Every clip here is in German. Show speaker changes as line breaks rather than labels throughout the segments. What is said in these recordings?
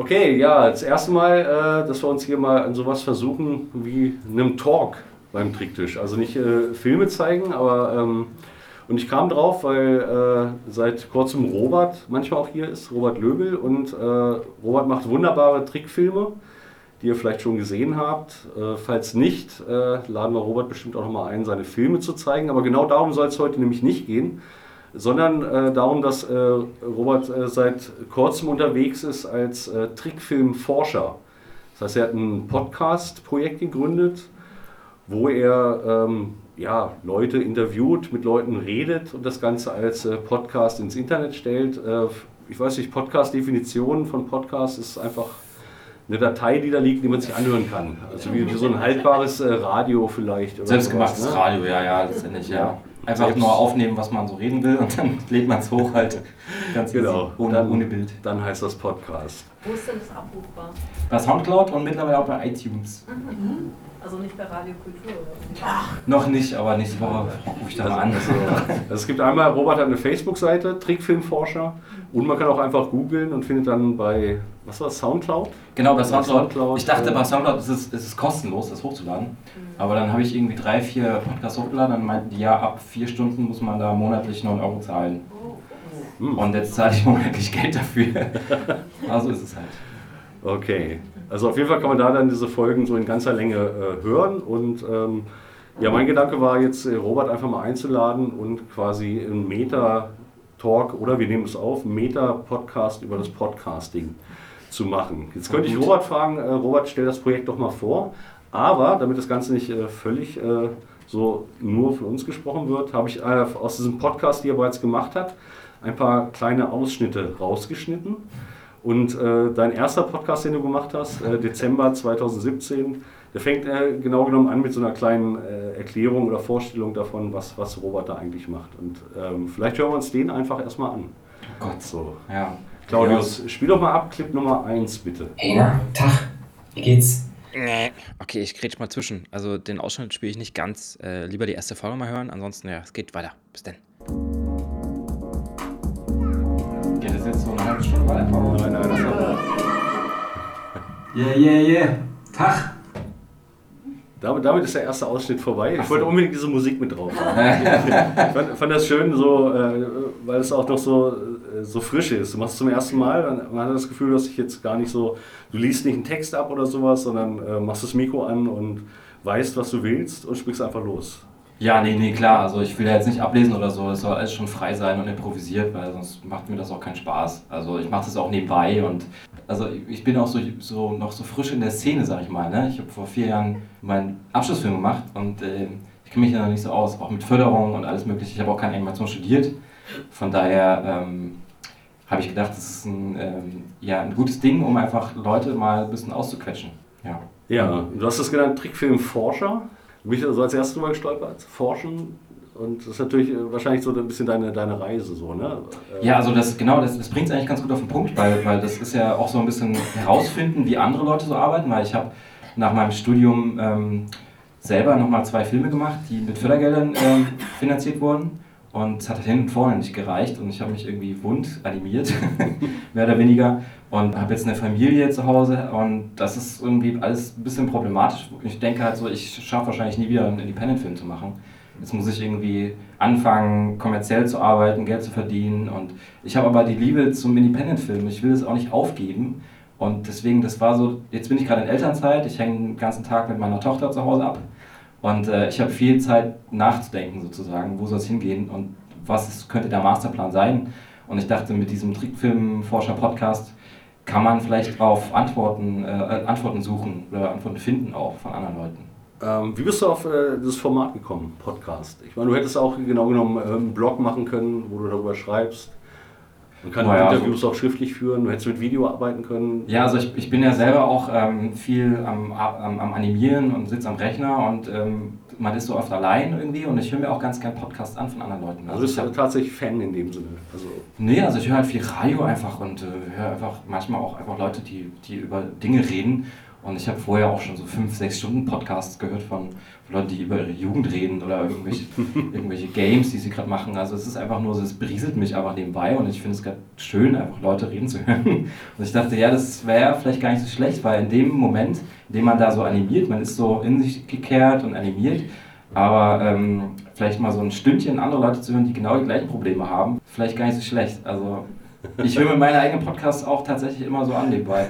Okay, ja, das erste Mal, dass wir uns hier mal an sowas versuchen wie einem Talk beim Tricktisch. Also nicht Filme zeigen, aber und ich kam drauf, weil seit kurzem Robert manchmal auch hier ist, Robert Löbel, und Robert macht wunderbare Trickfilme, die ihr vielleicht schon gesehen habt. Falls nicht, laden wir Robert bestimmt auch nochmal ein, seine Filme zu zeigen. Aber genau darum soll es heute nämlich nicht gehen, sondern darum, dass Robert seit kurzem unterwegs ist als Trickfilmforscher. Das heißt, er hat ein Podcast-Projekt gegründet, wo er Leute interviewt, mit Leuten redet und das Ganze als Podcast ins Internet stellt. Ich weiß nicht, Podcast-Definition von Podcast ist einfach eine Datei, die da liegt, die man sich anhören kann. Also wie so ein haltbares Radio vielleicht. Oder
selbstgemachtes
sowas, ne?
Radio, ja, letztendlich, ja. Einfach nur aufnehmen, was man so reden will und dann lädt man es hoch halt. Ganz
genau.
easy, ohne Bild.
Dann heißt das Podcast.
Wo ist denn das abrufbar?
Bei Soundcloud und mittlerweile auch bei iTunes.
Also nicht bei Radio Kultur oder so?
Noch nicht, aber nächste Woche rufe ich da mal an.
Also es gibt einmal, Robert hat eine Facebook-Seite, Trickfilmforscher, und man kann auch einfach googeln und findet dann bei, was war das, Soundcloud?
Genau, bei Soundcloud. Ich dachte, bei
bei
Soundcloud ist es kostenlos, das hochzuladen. Aber dann habe ich irgendwie 3-4 Podcasts hochgeladen und meinten die, ja, ab 4 Stunden muss man da monatlich 9 € zahlen. Und jetzt zahle ich monatlich Geld dafür. Also ist es halt.
Okay, also auf jeden Fall kann man da dann diese Folgen so in ganzer Länge hören, und mein Gedanke war jetzt, Robert einfach mal einzuladen und quasi einen Meta-Talk, oder wir nehmen es auf, einen Meta-Podcast über das Podcasting zu machen. Jetzt könnte ich Robert fragen, Robert, stell das Projekt doch mal vor, aber damit das Ganze nicht völlig so nur für uns gesprochen wird, habe ich aus diesem Podcast, den er bereits gemacht hat, ein paar kleine Ausschnitte rausgeschnitten. Und dein erster Podcast, den du gemacht hast, Dezember 2017, der fängt genau genommen an mit so einer kleinen Erklärung oder Vorstellung davon, was Robert da eigentlich macht. Und vielleicht hören wir uns den einfach erstmal an.
Oh Gott.
So.
Ja.
Claudius, spiel doch mal ab, Clip Nummer 1 bitte.
Hey, na, Tag, wie geht's?
Okay, ich grätsch mal zwischen. Also den Ausschnitt spiele ich nicht ganz. Lieber die erste Folge mal hören, ansonsten, ja, es geht weiter. Bis dann.
Geht das jetzt so eine halbe Stunde weiter?
Nein.
Yeah. Tag.
Damit ist der erste Ausschnitt vorbei. Ich wollte unbedingt diese Musik mit drauf haben. Ich fand das schön, so, weil es auch noch so frisch ist. Du machst es zum ersten Mal, man hat das Gefühl, dass ich jetzt gar nicht so, du liest nicht einen Text ab oder sowas, sondern machst das Mikro an und weißt, was du willst und sprichst einfach los.
Ja, nee, klar. Also ich will ja jetzt nicht ablesen oder so. Es soll alles schon frei sein und improvisiert, weil sonst macht mir das auch keinen Spaß. Also ich mache das auch nebenbei und also ich bin auch noch so frisch in der Szene, sag ich mal. Ne? Ich habe vor 4 Jahren meinen Abschlussfilm gemacht und ich kenne mich ja noch nicht so aus, auch mit Förderung und alles mögliche. Ich habe auch keine Animation studiert. Von daher habe ich gedacht, das ist ein gutes Ding, um einfach Leute mal ein bisschen auszuquetschen.
Ja, du hast das genannt, Trickfilmforscher. Du bist also als erstes drüber gestolpert, forschen, und das ist natürlich wahrscheinlich so ein bisschen deine Reise so, ne?
Ja, also das bringt es eigentlich ganz gut auf den Punkt, weil das ist ja auch so ein bisschen herausfinden, wie andere Leute so arbeiten, weil ich habe nach meinem Studium selber nochmal 2 Filme gemacht, die mit Fördergeldern finanziert wurden, und es hat hin und vorne nicht gereicht und ich habe mich irgendwie wund animiert, mehr oder weniger, und habe jetzt eine Familie zu Hause und das ist irgendwie alles ein bisschen problematisch. Ich denke halt so, ich schaffe wahrscheinlich nie wieder einen Independent-Film zu machen. Jetzt muss ich irgendwie anfangen, kommerziell zu arbeiten, Geld zu verdienen, und ich habe aber die Liebe zum Independent-Film. Ich will das auch nicht aufgeben, und deswegen, das war so, jetzt bin ich gerade in Elternzeit, ich hänge den ganzen Tag mit meiner Tochter zu Hause ab und ich habe viel Zeit nachzudenken sozusagen, wo soll es hingehen und könnte der Masterplan sein, und ich dachte, mit diesem Trickfilmforscher-Podcast kann man vielleicht auf Antworten suchen oder Antworten finden auch von anderen Leuten.
Wie bist du auf das Format gekommen, Podcast? Ich meine, du hättest auch genau genommen einen Blog machen können, wo du darüber schreibst. Man kann Interviews auch schriftlich führen, du hättest mit Video arbeiten können.
Ja, also ich bin ja selber auch viel am Animieren und sitze am Rechner, und man ist so oft allein irgendwie, und ich höre mir auch ganz gern Podcasts an von anderen Leuten.
Also bist du tatsächlich Fan in dem Sinne?
Also ich höre halt viel Radio einfach und höre einfach manchmal auch einfach Leute, die über Dinge reden, Und ich habe vorher auch schon so 5-6 Stunden Podcasts gehört von Leuten, die über ihre Jugend reden oder irgendwelche Games, die sie gerade machen. Also es ist einfach nur so, es berieselt mich einfach nebenbei und ich finde es gerade schön, einfach Leute reden zu hören. Und ich dachte, ja, das wäre vielleicht gar nicht so schlecht, weil in dem Moment, in dem man da so animiert, man ist so in sich gekehrt und animiert, aber vielleicht mal so ein Stündchen andere Leute zu hören, die genau die gleichen Probleme haben, vielleicht gar nicht so schlecht. Also ich höre mir meine eigenen Podcasts auch tatsächlich immer so an nebenbei.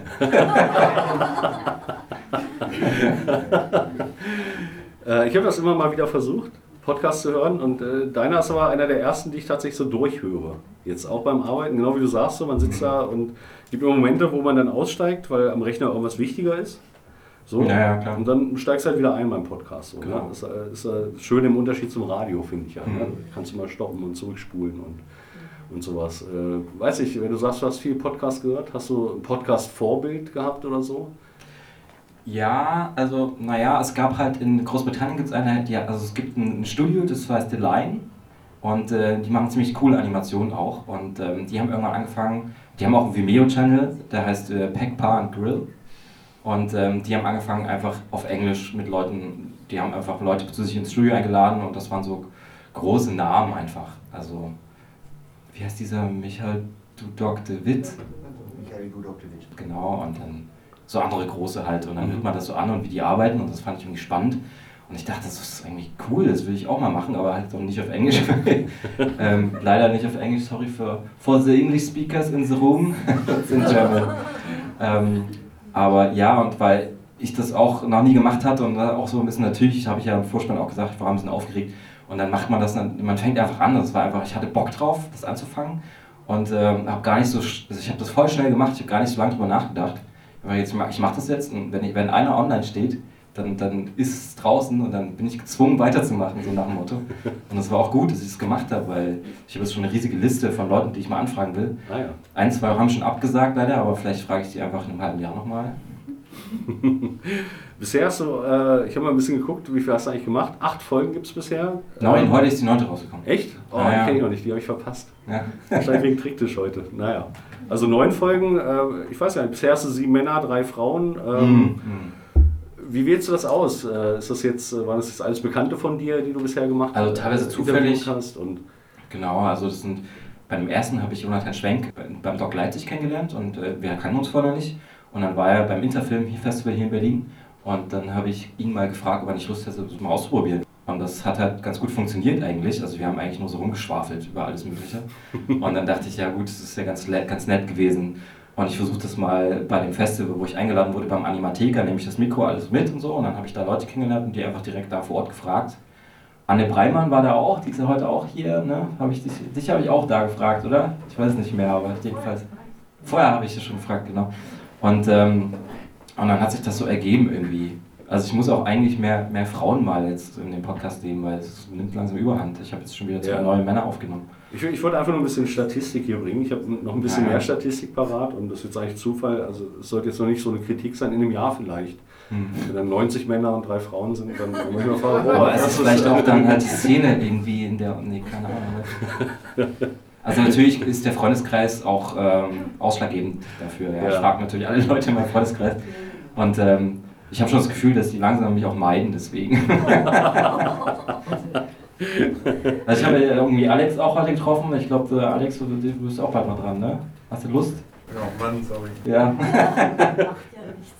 Ich habe das immer mal wieder versucht, Podcasts zu hören und deiner ist aber einer der ersten, die ich tatsächlich so durchhöre. Jetzt auch beim Arbeiten, genau wie du sagst, so, man sitzt da und es gibt immer Momente, wo man dann aussteigt, weil am Rechner irgendwas wichtiger ist. So,
ja, klar.
Und dann steigst du halt wieder ein beim Podcast. So,
genau.
ne? Das ist schön im Unterschied zum Radio, finde ich. Ja, ne? Kannst du mal stoppen und zurückspulen und sowas. Weiß ich, wenn du sagst, du hast viel Podcast gehört, hast du ein Podcast-Vorbild gehabt oder so?
Ja, also, naja, es gab halt in Großbritannien gibt es also es gibt ein Studio, das heißt The Line und die machen ziemlich coole Animationen auch und die haben irgendwann angefangen, die haben auch einen Vimeo-Channel, der heißt Peck, Pa and Grill und die haben angefangen einfach auf Englisch mit Leuten, die haben einfach Leute zu sich ins Studio eingeladen und das waren so große Namen einfach, also wie heißt dieser Michael Dudok de Witt?
Michael Dudok de Witt.
Genau, und dann so andere große halt und dann hört man das so an und wie die arbeiten und das fand ich irgendwie spannend und ich dachte, das ist irgendwie cool, das will ich auch mal machen, aber halt doch nicht auf Englisch. Leider nicht auf Englisch, sorry for the English speakers in the room, it's in German. Aber ja, und weil ich das auch noch nie gemacht hatte und auch so ein bisschen, natürlich habe ich ja im Vorspann auch gesagt, ich war ein bisschen aufgeregt und dann macht man das, man fängt einfach an, das war einfach, ich hatte Bock drauf, das anzufangen und habe gar nicht so, also ich habe das voll schnell gemacht, ich habe gar nicht so lange drüber nachgedacht. Weil ich mache das jetzt und wenn einer online steht, dann ist es draußen und dann bin ich gezwungen weiterzumachen, so nach dem Motto. Und das war auch gut, dass ich es gemacht habe, weil ich habe jetzt schon eine riesige Liste von Leuten, die ich mal anfragen will.
Ah, ja.
1, 2 haben schon abgesagt leider, aber vielleicht frage ich die einfach in einem halben Jahr nochmal.
Bisher hast du, ich habe mal ein bisschen geguckt, wie viel hast du eigentlich gemacht? 8 Folgen gibt es bisher.
9, heute ist die 9. rausgekommen.
Echt? Oh,
Ah,
die
ja.
kenne ich noch nicht, die habe ich verpasst.
Ja.
Wahrscheinlich wegen Tricktisch heute. Naja. Also 9 Folgen, ich weiß ja nicht, bisher hast du 7 Männer, 3 Frauen. Wie wählst du das aus? Ist das jetzt, waren das jetzt alles Bekannte von dir, die du bisher gemacht hast?
Also teilweise zufällig.
Hast und
Genau, also das sind, bei dem ersten habe ich Jonathan Schwenk beim Doc Leipzig kennengelernt und wir kannten uns vorher noch nicht. Und dann war er beim Interfilm Festival hier in Berlin und dann habe ich ihn mal gefragt, ob er nicht Lust hätte, das mal auszuprobieren. Und das hat halt ganz gut funktioniert eigentlich, also wir haben eigentlich nur so rumgeschwafelt über alles Mögliche. Und dann dachte ich, ja gut, das ist ja ganz nett gewesen. Und ich versuche das mal bei dem Festival, wo ich eingeladen wurde, beim Animatheker, nehme ich das Mikro alles mit und so. Und dann habe ich da Leute kennengelernt und die einfach direkt da vor Ort gefragt. Anne Breimann war da auch, die ist ja heute auch hier, ne? Dich habe ich auch da gefragt, oder? Ich weiß nicht mehr, aber jedenfalls. Vorher habe ich das schon gefragt, genau. Und dann hat sich das so ergeben irgendwie. Also ich muss auch eigentlich mehr Frauen mal jetzt in dem Podcast nehmen, weil es nimmt langsam Überhand. Ich habe jetzt schon wieder 2 neue Männer aufgenommen.
Ich wollte einfach nur ein bisschen Statistik hier bringen. Ich habe noch ein bisschen mehr Statistik parat und das ist jetzt eigentlich Zufall. Also es sollte jetzt noch nicht so eine Kritik sein, in einem Jahr vielleicht. Wenn dann 90 Männer und 3 Frauen sind, dann muss ich mal fragen,
aber es ist vielleicht auch dann halt die Szene irgendwie in der, nee, keine Ahnung. Also natürlich ist der Freundeskreis auch ausschlaggebend dafür. Ja. Ich frage natürlich alle Leute in meinem Freundeskreis und ich habe schon das Gefühl, dass die langsam mich auch meiden, deswegen. Also ich habe irgendwie Alex auch heute getroffen. Ich glaube, Alex, du bist auch bald mal dran, ne? Hast du Lust?
Ja, Mann, sorry.
Ja.
Macht ja nichts.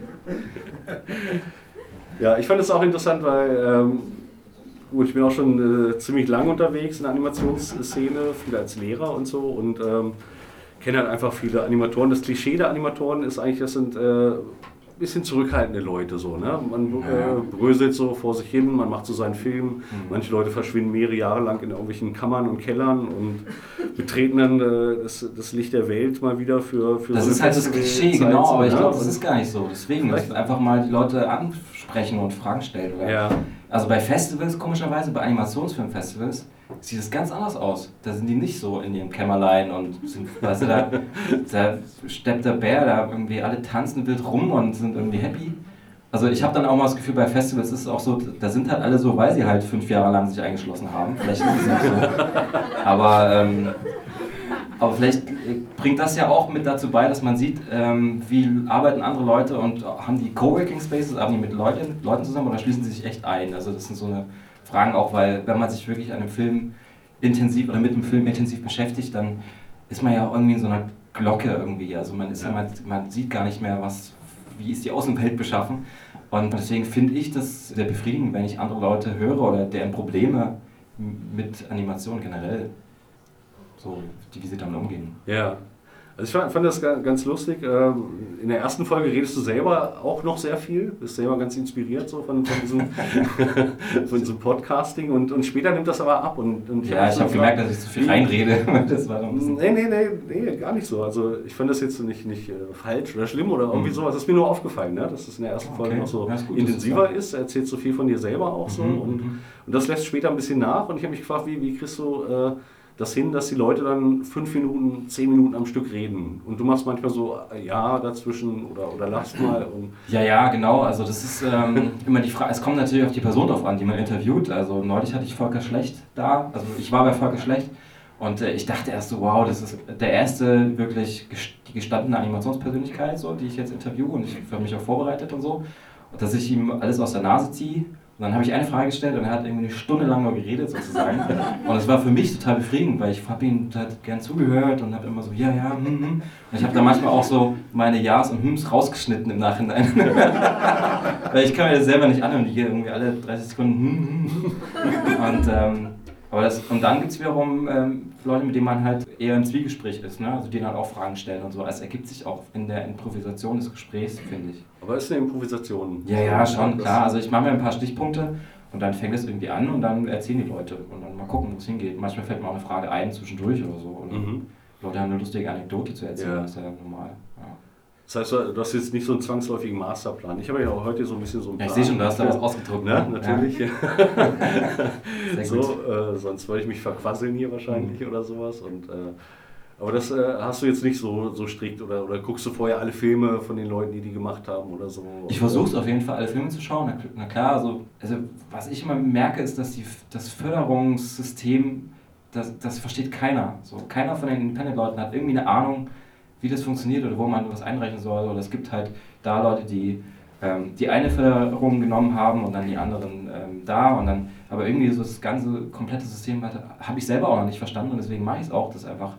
Ja, ich fand es auch interessant, weil gut, ich bin auch schon ziemlich lang unterwegs in der Animationsszene, viel als Lehrer und so und kenne halt einfach viele Animatoren. Das Klischee der Animatoren ist eigentlich, das sind bisschen zurückhaltende Leute so, ne? Man bröselt so vor sich hin, man macht so seinen Film. Manche Leute verschwinden mehrere Jahre lang in irgendwelchen Kammern und Kellern und betreten dann das Licht der Welt mal wieder für
das
so
ist halt das Klischee, genau, aber ich glaube, das
und
ist gar nicht so. Deswegen müssen einfach mal die Leute ansprechen und Fragen stellen. Oder?
ja.
Also bei Festivals, komischerweise, bei Animationsfilmfestivals, sieht es ganz anders aus. Da sind die nicht so in ihrem Kämmerlein und sind, weißt du, da steppt der Bär, da irgendwie alle tanzen wild rum und sind irgendwie happy. Also ich habe dann auch mal das Gefühl, bei Festivals ist es auch so, da sind halt alle so, weil sie halt 5 Jahre lang sich eingeschlossen haben. Vielleicht ist es auch so. Aber Aber vielleicht bringt das ja auch mit dazu bei, dass man sieht, wie arbeiten andere Leute und haben die Coworking Spaces, arbeiten die mit Leuten zusammen oder schließen sie sich echt ein? Also das sind so eine Fragen auch, weil wenn man sich wirklich an einem Film intensiv oder mit dem Film intensiv beschäftigt, dann ist man ja auch irgendwie in so einer Glocke irgendwie. Also man sieht gar nicht mehr, wie ist die Außenwelt beschaffen. Und deswegen finde ich das sehr befriedigend, wenn ich andere Leute höre oder deren Probleme mit Animation generell, so wie sie damit umgehen.
Ja, also ich fand das ganz lustig. In der ersten Folge redest du selber auch noch sehr viel, bist selber ganz inspiriert so von diesem Podcasting und später nimmt das aber ab. Ich habe gemerkt, dass ich zu viel reinrede. Das war ein bisschen nee, gar nicht so. Also ich fand das jetzt nicht falsch oder schlimm oder irgendwie sowas. Das ist mir nur aufgefallen, ne? Dass es in der ersten Folge noch so intensiver ist. Er erzählt so viel von dir selber auch so und das lässt später ein bisschen nach und ich habe mich gefragt, wie kriegst du das hin, dass die Leute dann 5 Minuten, 10 Minuten am Stück reden. Und du machst manchmal so, ja, dazwischen oder lachst mal.
Ja, genau. Also das ist immer die Frage, es kommt natürlich auf die Person drauf an, die man interviewt. Also neulich hatte ich Volker Schlecht da, also ich war bei Volker Schlecht und ich dachte erst so, wow, das ist der erste wirklich die gestandene Animationspersönlichkeit, so, die ich jetzt interviewe und ich habe mich auch vorbereitet und so. Und dass ich ihm alles aus der Nase ziehe. Und dann habe ich eine Frage gestellt und er hat irgendwie eine Stunde lang nur geredet sozusagen. Und das war für mich total befrigend, weil ich habe ihm halt gern zugehört und habe immer so, ja. Und ich habe da manchmal auch so meine Ja's und Hms rausgeschnitten im Nachhinein. Weil ich kann mir das selber nicht anhören, die hier irgendwie alle 30 Sekunden Und dann gibt es wiederum Leute, mit denen man halt eher im Zwiegespräch ist, ne? Also die dann halt auch Fragen stellen und so. Es ergibt sich auch in der Improvisation des Gesprächs, finde ich.
Aber ist eine Improvisation.
Ja, schon, klar. Also ich mache mir ein paar Stichpunkte und dann fängt es irgendwie an und dann erzählen die Leute und dann mal gucken, wo es hingeht. Manchmal fällt mir auch eine Frage ein zwischendurch oder so. Oder Leute haben eine lustige Anekdote zu erzählen, das ist ja normal. Ja.
Das heißt, du hast jetzt nicht so einen zwangsläufigen Masterplan. Ich habe ja auch heute so ein bisschen so einen Plan.
Ja, ich sehe schon, du hast da was ausgedruckt.
Ne? Natürlich. Ja.
Sehr gut.
Sonst würde ich mich verquasseln hier wahrscheinlich oder sowas. Aber das hast du jetzt nicht so strikt oder guckst du vorher alle Filme von den Leuten, die gemacht haben oder so?
Ich versuche es auf jeden Fall, alle Filme zu schauen. Na klar, also was ich immer merke, ist, dass das Förderungssystem, das versteht keiner. So, keiner von den Independent-Leuten hat irgendwie eine Ahnung, wie das funktioniert oder wo man was einreichen soll. Oder es gibt halt da Leute, die eine Förderung genommen haben und dann die anderen da. Und dann, aber irgendwie so das ganze komplette System habe ich selber auch noch nicht verstanden und deswegen mache ich es auch, das einfach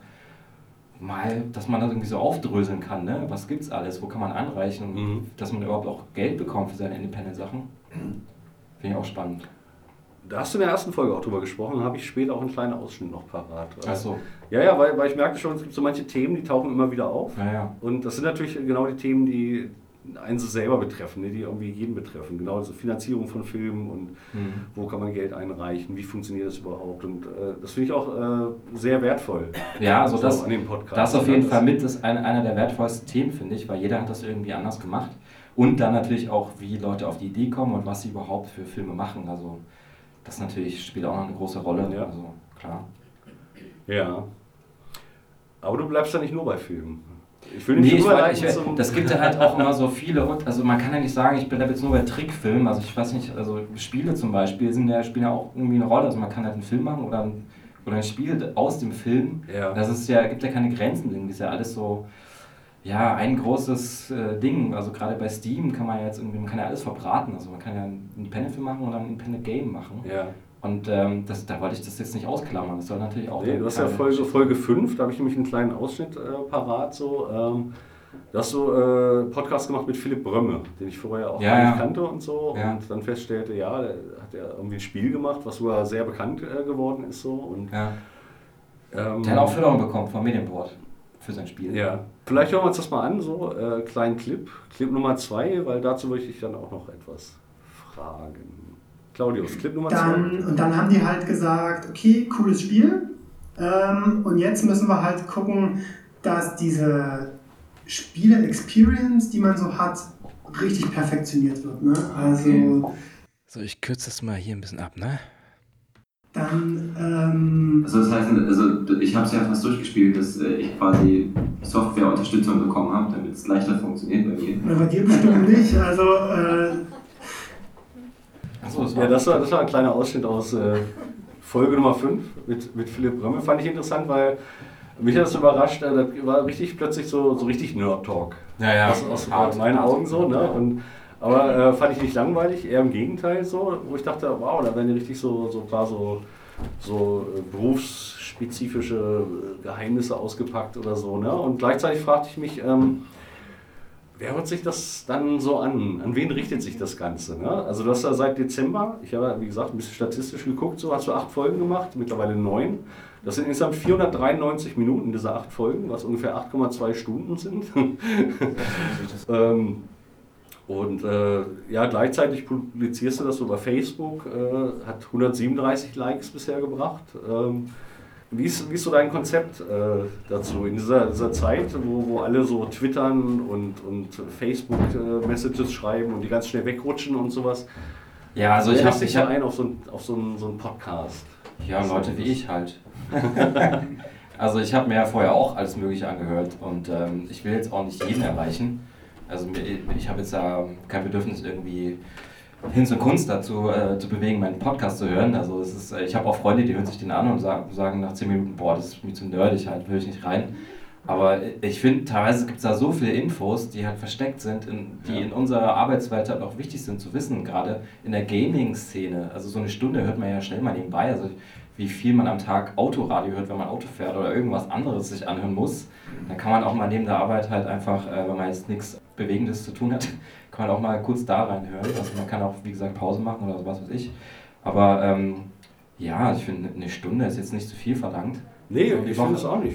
mal, dass man das irgendwie so aufdröseln kann, ne? Was gibt's alles, wo kann man anreichen und dass man überhaupt auch Geld bekommt für seine Independent-Sachen. Finde ich auch spannend.
Da hast du in der ersten Folge auch drüber gesprochen, habe ich später auch einen kleinen Ausschnitt noch parat.
Ach so.
Ja, weil ich merkte schon, es gibt so manche Themen, die tauchen immer wieder auf.
Ja.
Und das sind natürlich genau die Themen, die einen so selber betreffen, ne? Die irgendwie jeden betreffen. Genau, also Finanzierung von Filmen und wo kann man Geld einreichen, wie funktioniert das überhaupt. Und das finde ich auch sehr wertvoll.
Ja, also das
an dem Podcast.
Das auf jeden Fall mit, das ist einer der wertvollsten Themen, finde ich, weil jeder hat das irgendwie anders gemacht. Und dann natürlich auch, wie Leute auf die Idee kommen und was sie überhaupt für Filme machen. Also das natürlich spielt auch noch eine große Rolle.
Ja.
Also klar.
Ja. Aber du bleibst ja nicht nur bei Filmen.
Ich das gibt ja halt auch immer so viele, also man kann ja nicht sagen, ich bleibe jetzt nur bei Trickfilmen, also ich weiß nicht, also Spiele zum Beispiel spielen ja auch irgendwie eine Rolle, also man kann halt einen Film machen oder ein Spiel aus dem Film, das ist ja, gibt ja keine Grenzen, irgendwie ist ja alles so, ja, ein großes Ding, also gerade bei Steam kann man ja alles verbraten, also man kann ja einen Independent-Film machen oder ein Independent-Game machen. Ja. Und da wollte ich das jetzt nicht ausklammern, das soll natürlich auch...
Nee, du hast ja Folge 5, da habe ich nämlich einen kleinen Ausschnitt parat. Da hast du Podcast gemacht mit Philipp Brömme, den ich vorher auch gar nicht kannte und so. Ja. Und dann feststellte, der hat irgendwie ein Spiel gemacht, was sogar sehr bekannt geworden ist. So. Und,
der hat auch Förderung bekommen vom Medienboard für sein Spiel.
Ja, vielleicht hören wir uns das mal an, so kleinen Clip Nummer 2, weil dazu möchte ich dann auch noch etwas fragen. Claudius, Clip Nummer 2.
Und dann haben die halt gesagt, okay, cooles Spiel. Und jetzt müssen wir halt gucken, dass diese Spiele-Experience, die man so hat, richtig perfektioniert wird. Ne? Also,
so, ich kürze das mal hier ein bisschen ab, ne?
Dann,
Also das heißt, ich habe es ja fast durchgespielt, dass ich quasi Software-Unterstützung bekommen habe, damit es leichter funktioniert bei mir.
Bei dir bestimmt nicht, also...
das war ein kleiner Ausschnitt aus Folge Nummer 5 mit Philipp Brömme. Fand ich interessant, weil Mich hat das überrascht, das war richtig plötzlich so richtig Nerd-Talk.
Ja,
Aus meinen Augen so, ne? Aber fand ich nicht langweilig, eher im Gegenteil so, wo ich dachte, wow, da werden die richtig so ein paar so berufsspezifische Geheimnisse ausgepackt oder so, ne? Und gleichzeitig fragte ich mich, wer hört sich das dann so an? An wen richtet sich das Ganze? Ne? Also du hast ja seit Dezember, ich habe wie gesagt ein bisschen statistisch geguckt, so hast du 8 Folgen gemacht, mittlerweile 9. Das sind insgesamt 493 Minuten dieser 8 Folgen, was ungefähr 8,2 Stunden sind. Gleichzeitig publizierst du das so bei Facebook, hat 137 Likes bisher gebracht. Wie ist so dein Konzept dazu in dieser Zeit, wo alle so twittern und Facebook-Messages schreiben und die ganz schnell wegrutschen und sowas?
Ja, also ich
habe ein auf so einen Podcast.
Ja, Leute wie ich halt. Also ich habe mir ja vorher auch alles Mögliche angehört und ich will jetzt auch nicht jeden erreichen. Also ich habe jetzt ja kein Bedürfnis irgendwie Hinz und Kunst dazu zu bewegen, meinen Podcast zu hören. Also ich habe auch Freunde, die hören sich den an und sagen nach 10 Minuten, boah, das ist mir zu nerdig, halt will ich nicht rein. Aber ich finde, teilweise gibt es da so viele Infos, die halt versteckt sind, die in unserer Arbeitswelt halt auch wichtig sind zu wissen, gerade in der Gaming-Szene. Also so eine Stunde hört man ja schnell mal nebenbei. Also wie viel man am Tag Autoradio hört, wenn man Auto fährt oder irgendwas anderes sich anhören muss. Da kann man auch mal neben der Arbeit halt einfach, wenn man jetzt nichts Bewegendes zu tun hat, kann man auch mal kurz da reinhören. Also man kann auch, wie gesagt, Pause machen oder so was weiß ich. Aber ich finde, eine Stunde ist jetzt nicht zu viel verlangt.
Nee, ich finde es auch nicht.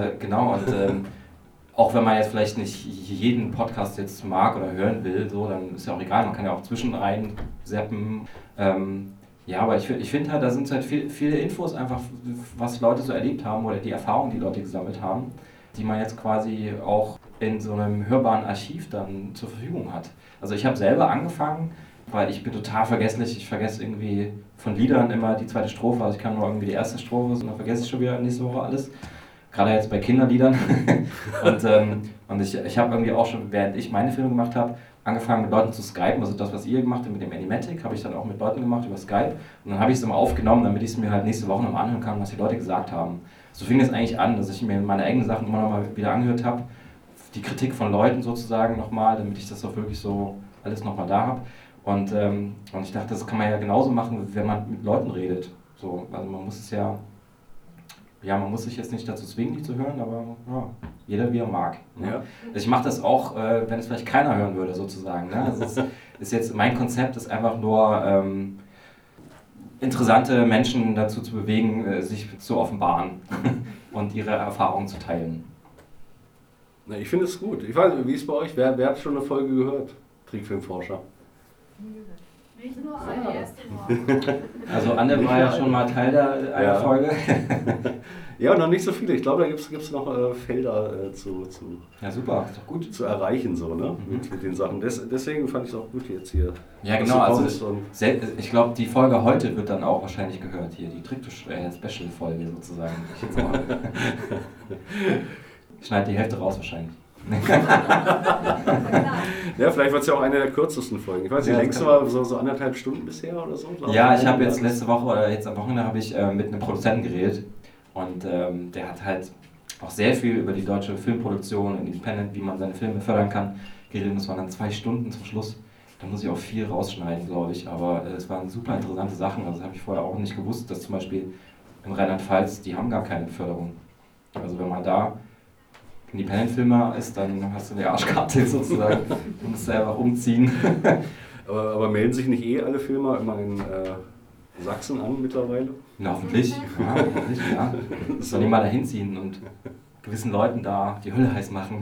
Auch wenn man jetzt vielleicht nicht jeden Podcast jetzt mag oder hören will, so, dann ist ja auch egal, man kann ja auch zwischenrein zappen. Aber ich finde halt, da sind halt viele Infos einfach, was Leute so erlebt haben oder die Erfahrungen, die Leute gesammelt haben, die man jetzt quasi auch in so einem hörbaren Archiv dann zur Verfügung hat. Also ich habe selber angefangen, weil ich bin total vergesslich, ich vergesse irgendwie von Liedern immer die zweite Strophe, also ich kann nur irgendwie die erste Strophe und dann vergesse ich schon wieder nächste Woche alles. Gerade jetzt bei Kinderliedern. und ich habe irgendwie auch schon, während ich meine Filme gemacht habe, angefangen mit Leuten zu skypen, also das, was ihr gemacht habt mit dem Animatic, habe ich dann auch mit Leuten gemacht über Skype und dann habe ich es immer aufgenommen, damit ich es mir halt nächste Woche nochmal anhören kann, was die Leute gesagt haben. So fing es eigentlich an, dass ich mir meine eigenen Sachen immer nochmal wieder angehört habe, die Kritik von Leuten sozusagen nochmal, damit ich das auch wirklich so alles nochmal da habe. Und ich dachte, das kann man ja genauso machen, wenn man mit Leuten redet. So, also man muss es man muss sich jetzt nicht dazu zwingen, die zu hören, aber ja, jeder wie er mag. Ne? Ja. Ich mache das auch, wenn es vielleicht keiner hören würde, sozusagen. Ne? Also mein Konzept ist einfach nur, interessante Menschen dazu zu bewegen, sich zu offenbaren und ihre Erfahrungen zu teilen.
Na, ich finde es gut. Ich weiß nicht, wie ist es bei euch? Wer hat schon eine Folge gehört? Trickfilmforscher.
Nicht nur eine, erste Mal.
Also Anne war ja schon mal Teil einer Folge.
Ja, noch nicht so viele. Ich glaube, da gibt es noch Felder zu
ja, super, ist doch gut.
Zu erreichen, so, ne? Mit den Sachen. Deswegen fand ich es auch gut jetzt hier.
Ja, genau. Also ich glaube, die Folge heute wird dann auch wahrscheinlich gehört hier. Die Trick-Special-Folge sozusagen. Ich schneide die Hälfte raus wahrscheinlich.
Ja, vielleicht wird es ja auch eine der kürzesten Folgen. Ich weiß nicht, längst war so 1,5 Stunden bisher oder so.
Ja, ich habe jetzt letzte Woche oder jetzt am Wochenende habe ich mit einem Produzenten geredet und der hat halt auch sehr viel über die deutsche Filmproduktion, Independent, wie man seine Filme fördern kann, geredet. Und es waren dann 2 Stunden zum Schluss. Da muss ich auch viel rausschneiden, glaube ich, aber es waren super interessante Sachen. Also habe ich vorher auch nicht gewusst, dass zum Beispiel in Rheinland-Pfalz, die haben gar keine Förderung. Also wenn man da Independent-Filmer ist, dann hast du die Arschkarte sozusagen. Du musst einfach umziehen.
Aber melden sich nicht alle Filmer immer in Sachsen an mittlerweile?
Na, hoffentlich. Ja, hoffentlich, ja. Sollen die mal da hinziehen und gewissen Leuten da die Hölle heiß machen.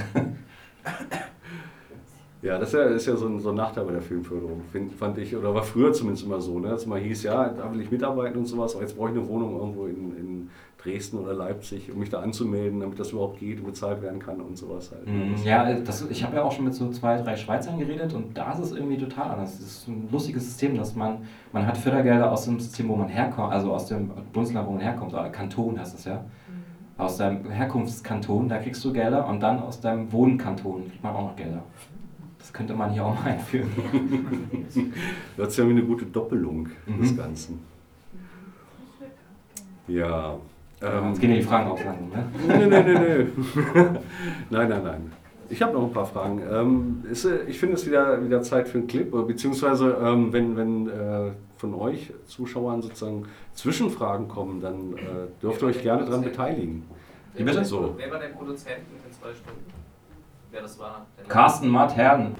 Ja, das ist ja so ein Nachteil bei der Filmförderung, fand ich, oder war früher zumindest immer so, ne? Dass man hieß, ja, da will ich mitarbeiten und sowas, aber jetzt brauche ich eine Wohnung irgendwo in Dresden oder Leipzig, um mich da anzumelden, damit das überhaupt geht und bezahlt werden kann und sowas halt.
Ja, ich habe ja auch schon mit so 2, 3 Schweizern geredet und da ist es irgendwie total anders. Das ist ein lustiges System, dass man hat Fördergelder aus dem System, wo man herkommt, also aus dem Bundesland, wo man herkommt, oder Kanton heißt das ja. Aus deinem Herkunftskanton, da kriegst du Gelder und dann aus deinem Wohnkanton kriegt man auch noch Gelder. Das könnte man hier auch mal einführen.
Das ist ja wie eine gute Doppelung des Ganzen. Ja,
Jetzt gehen ja die Fragen auf langsam, ne?
Nee. Nein. Ich habe noch ein paar Fragen. Ich finde es wieder Zeit für einen Clip, beziehungsweise wenn von euch Zuschauern sozusagen Zwischenfragen kommen, dann dürft ihr euch gerne daran beteiligen.
Wie bitte?
So.
Wer war der Produzent mit den 2 Stunden? Wer das war?
Carsten Mattern.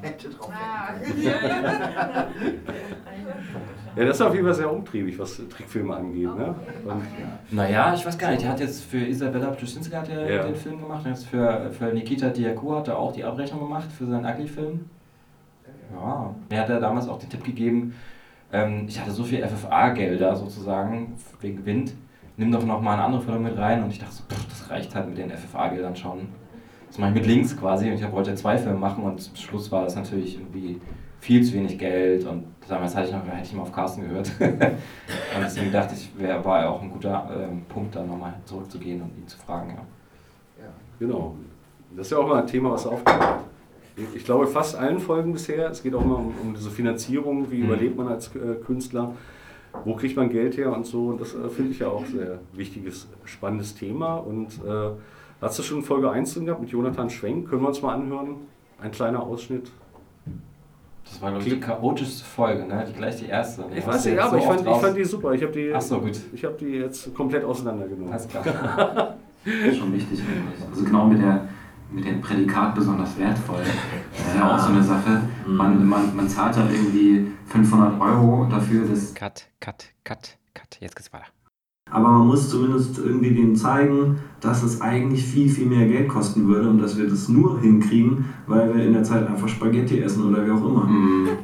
Ja, das ist auf jeden Fall sehr umtriebig, was Trickfilme angeht. Ne?
Naja, ich weiß gar nicht, der hat jetzt für Isabella Pczynska den Film gemacht, und jetzt für Nikita Diakour hat er auch die Abrechnung gemacht für seinen Ugly-Film. Ja, mir hat er damals auch den Tipp gegeben, ich hatte so viel FFA-Gelder sozusagen wegen Wind, nimm doch noch mal eine andere Förderung mit rein, und ich dachte so, das reicht halt mit den FFA-Geldern schon. Das mache ich mit links quasi, und ich wollte 2 Filme machen, und zum Schluss war das natürlich irgendwie viel zu wenig Geld, und damals hätte ich mal auf Carsten gehört. Und deswegen dachte ich, war ja auch ein guter Punkt, da nochmal zurückzugehen und ihn zu fragen. Ja.
Genau. Das ist ja auch mal ein Thema, was aufkommt. Ich glaube, fast allen Folgen bisher, es geht auch immer um diese Finanzierung, wie überlebt man als Künstler, wo kriegt man Geld her und so. Und das finde ich ja auch sehr wichtiges, spannendes Thema. Und hast du schon Folge 1 drin gehabt mit Jonathan Schwenk? Können wir uns mal anhören? Ein kleiner Ausschnitt.
Das war, glaube ich, die chaotischste Folge, ne? Gleich die erste.
Ich weiß nicht, aber ich fand die super. Ich habe die,
gut.
Ich habe die jetzt komplett auseinandergenommen.
Alles klar.
Das ist schon wichtig, finde ich. Also genau mit dem Prädikat besonders wertvoll. Das ist ja auch so eine Sache. Man zahlt dann irgendwie 500 € dafür, dass...
Cut. Jetzt geht's weiter.
Aber man muss zumindest irgendwie denen zeigen, dass es eigentlich viel, viel mehr Geld kosten würde und dass wir das nur hinkriegen, weil wir in der Zeit einfach Spaghetti essen oder wie auch immer.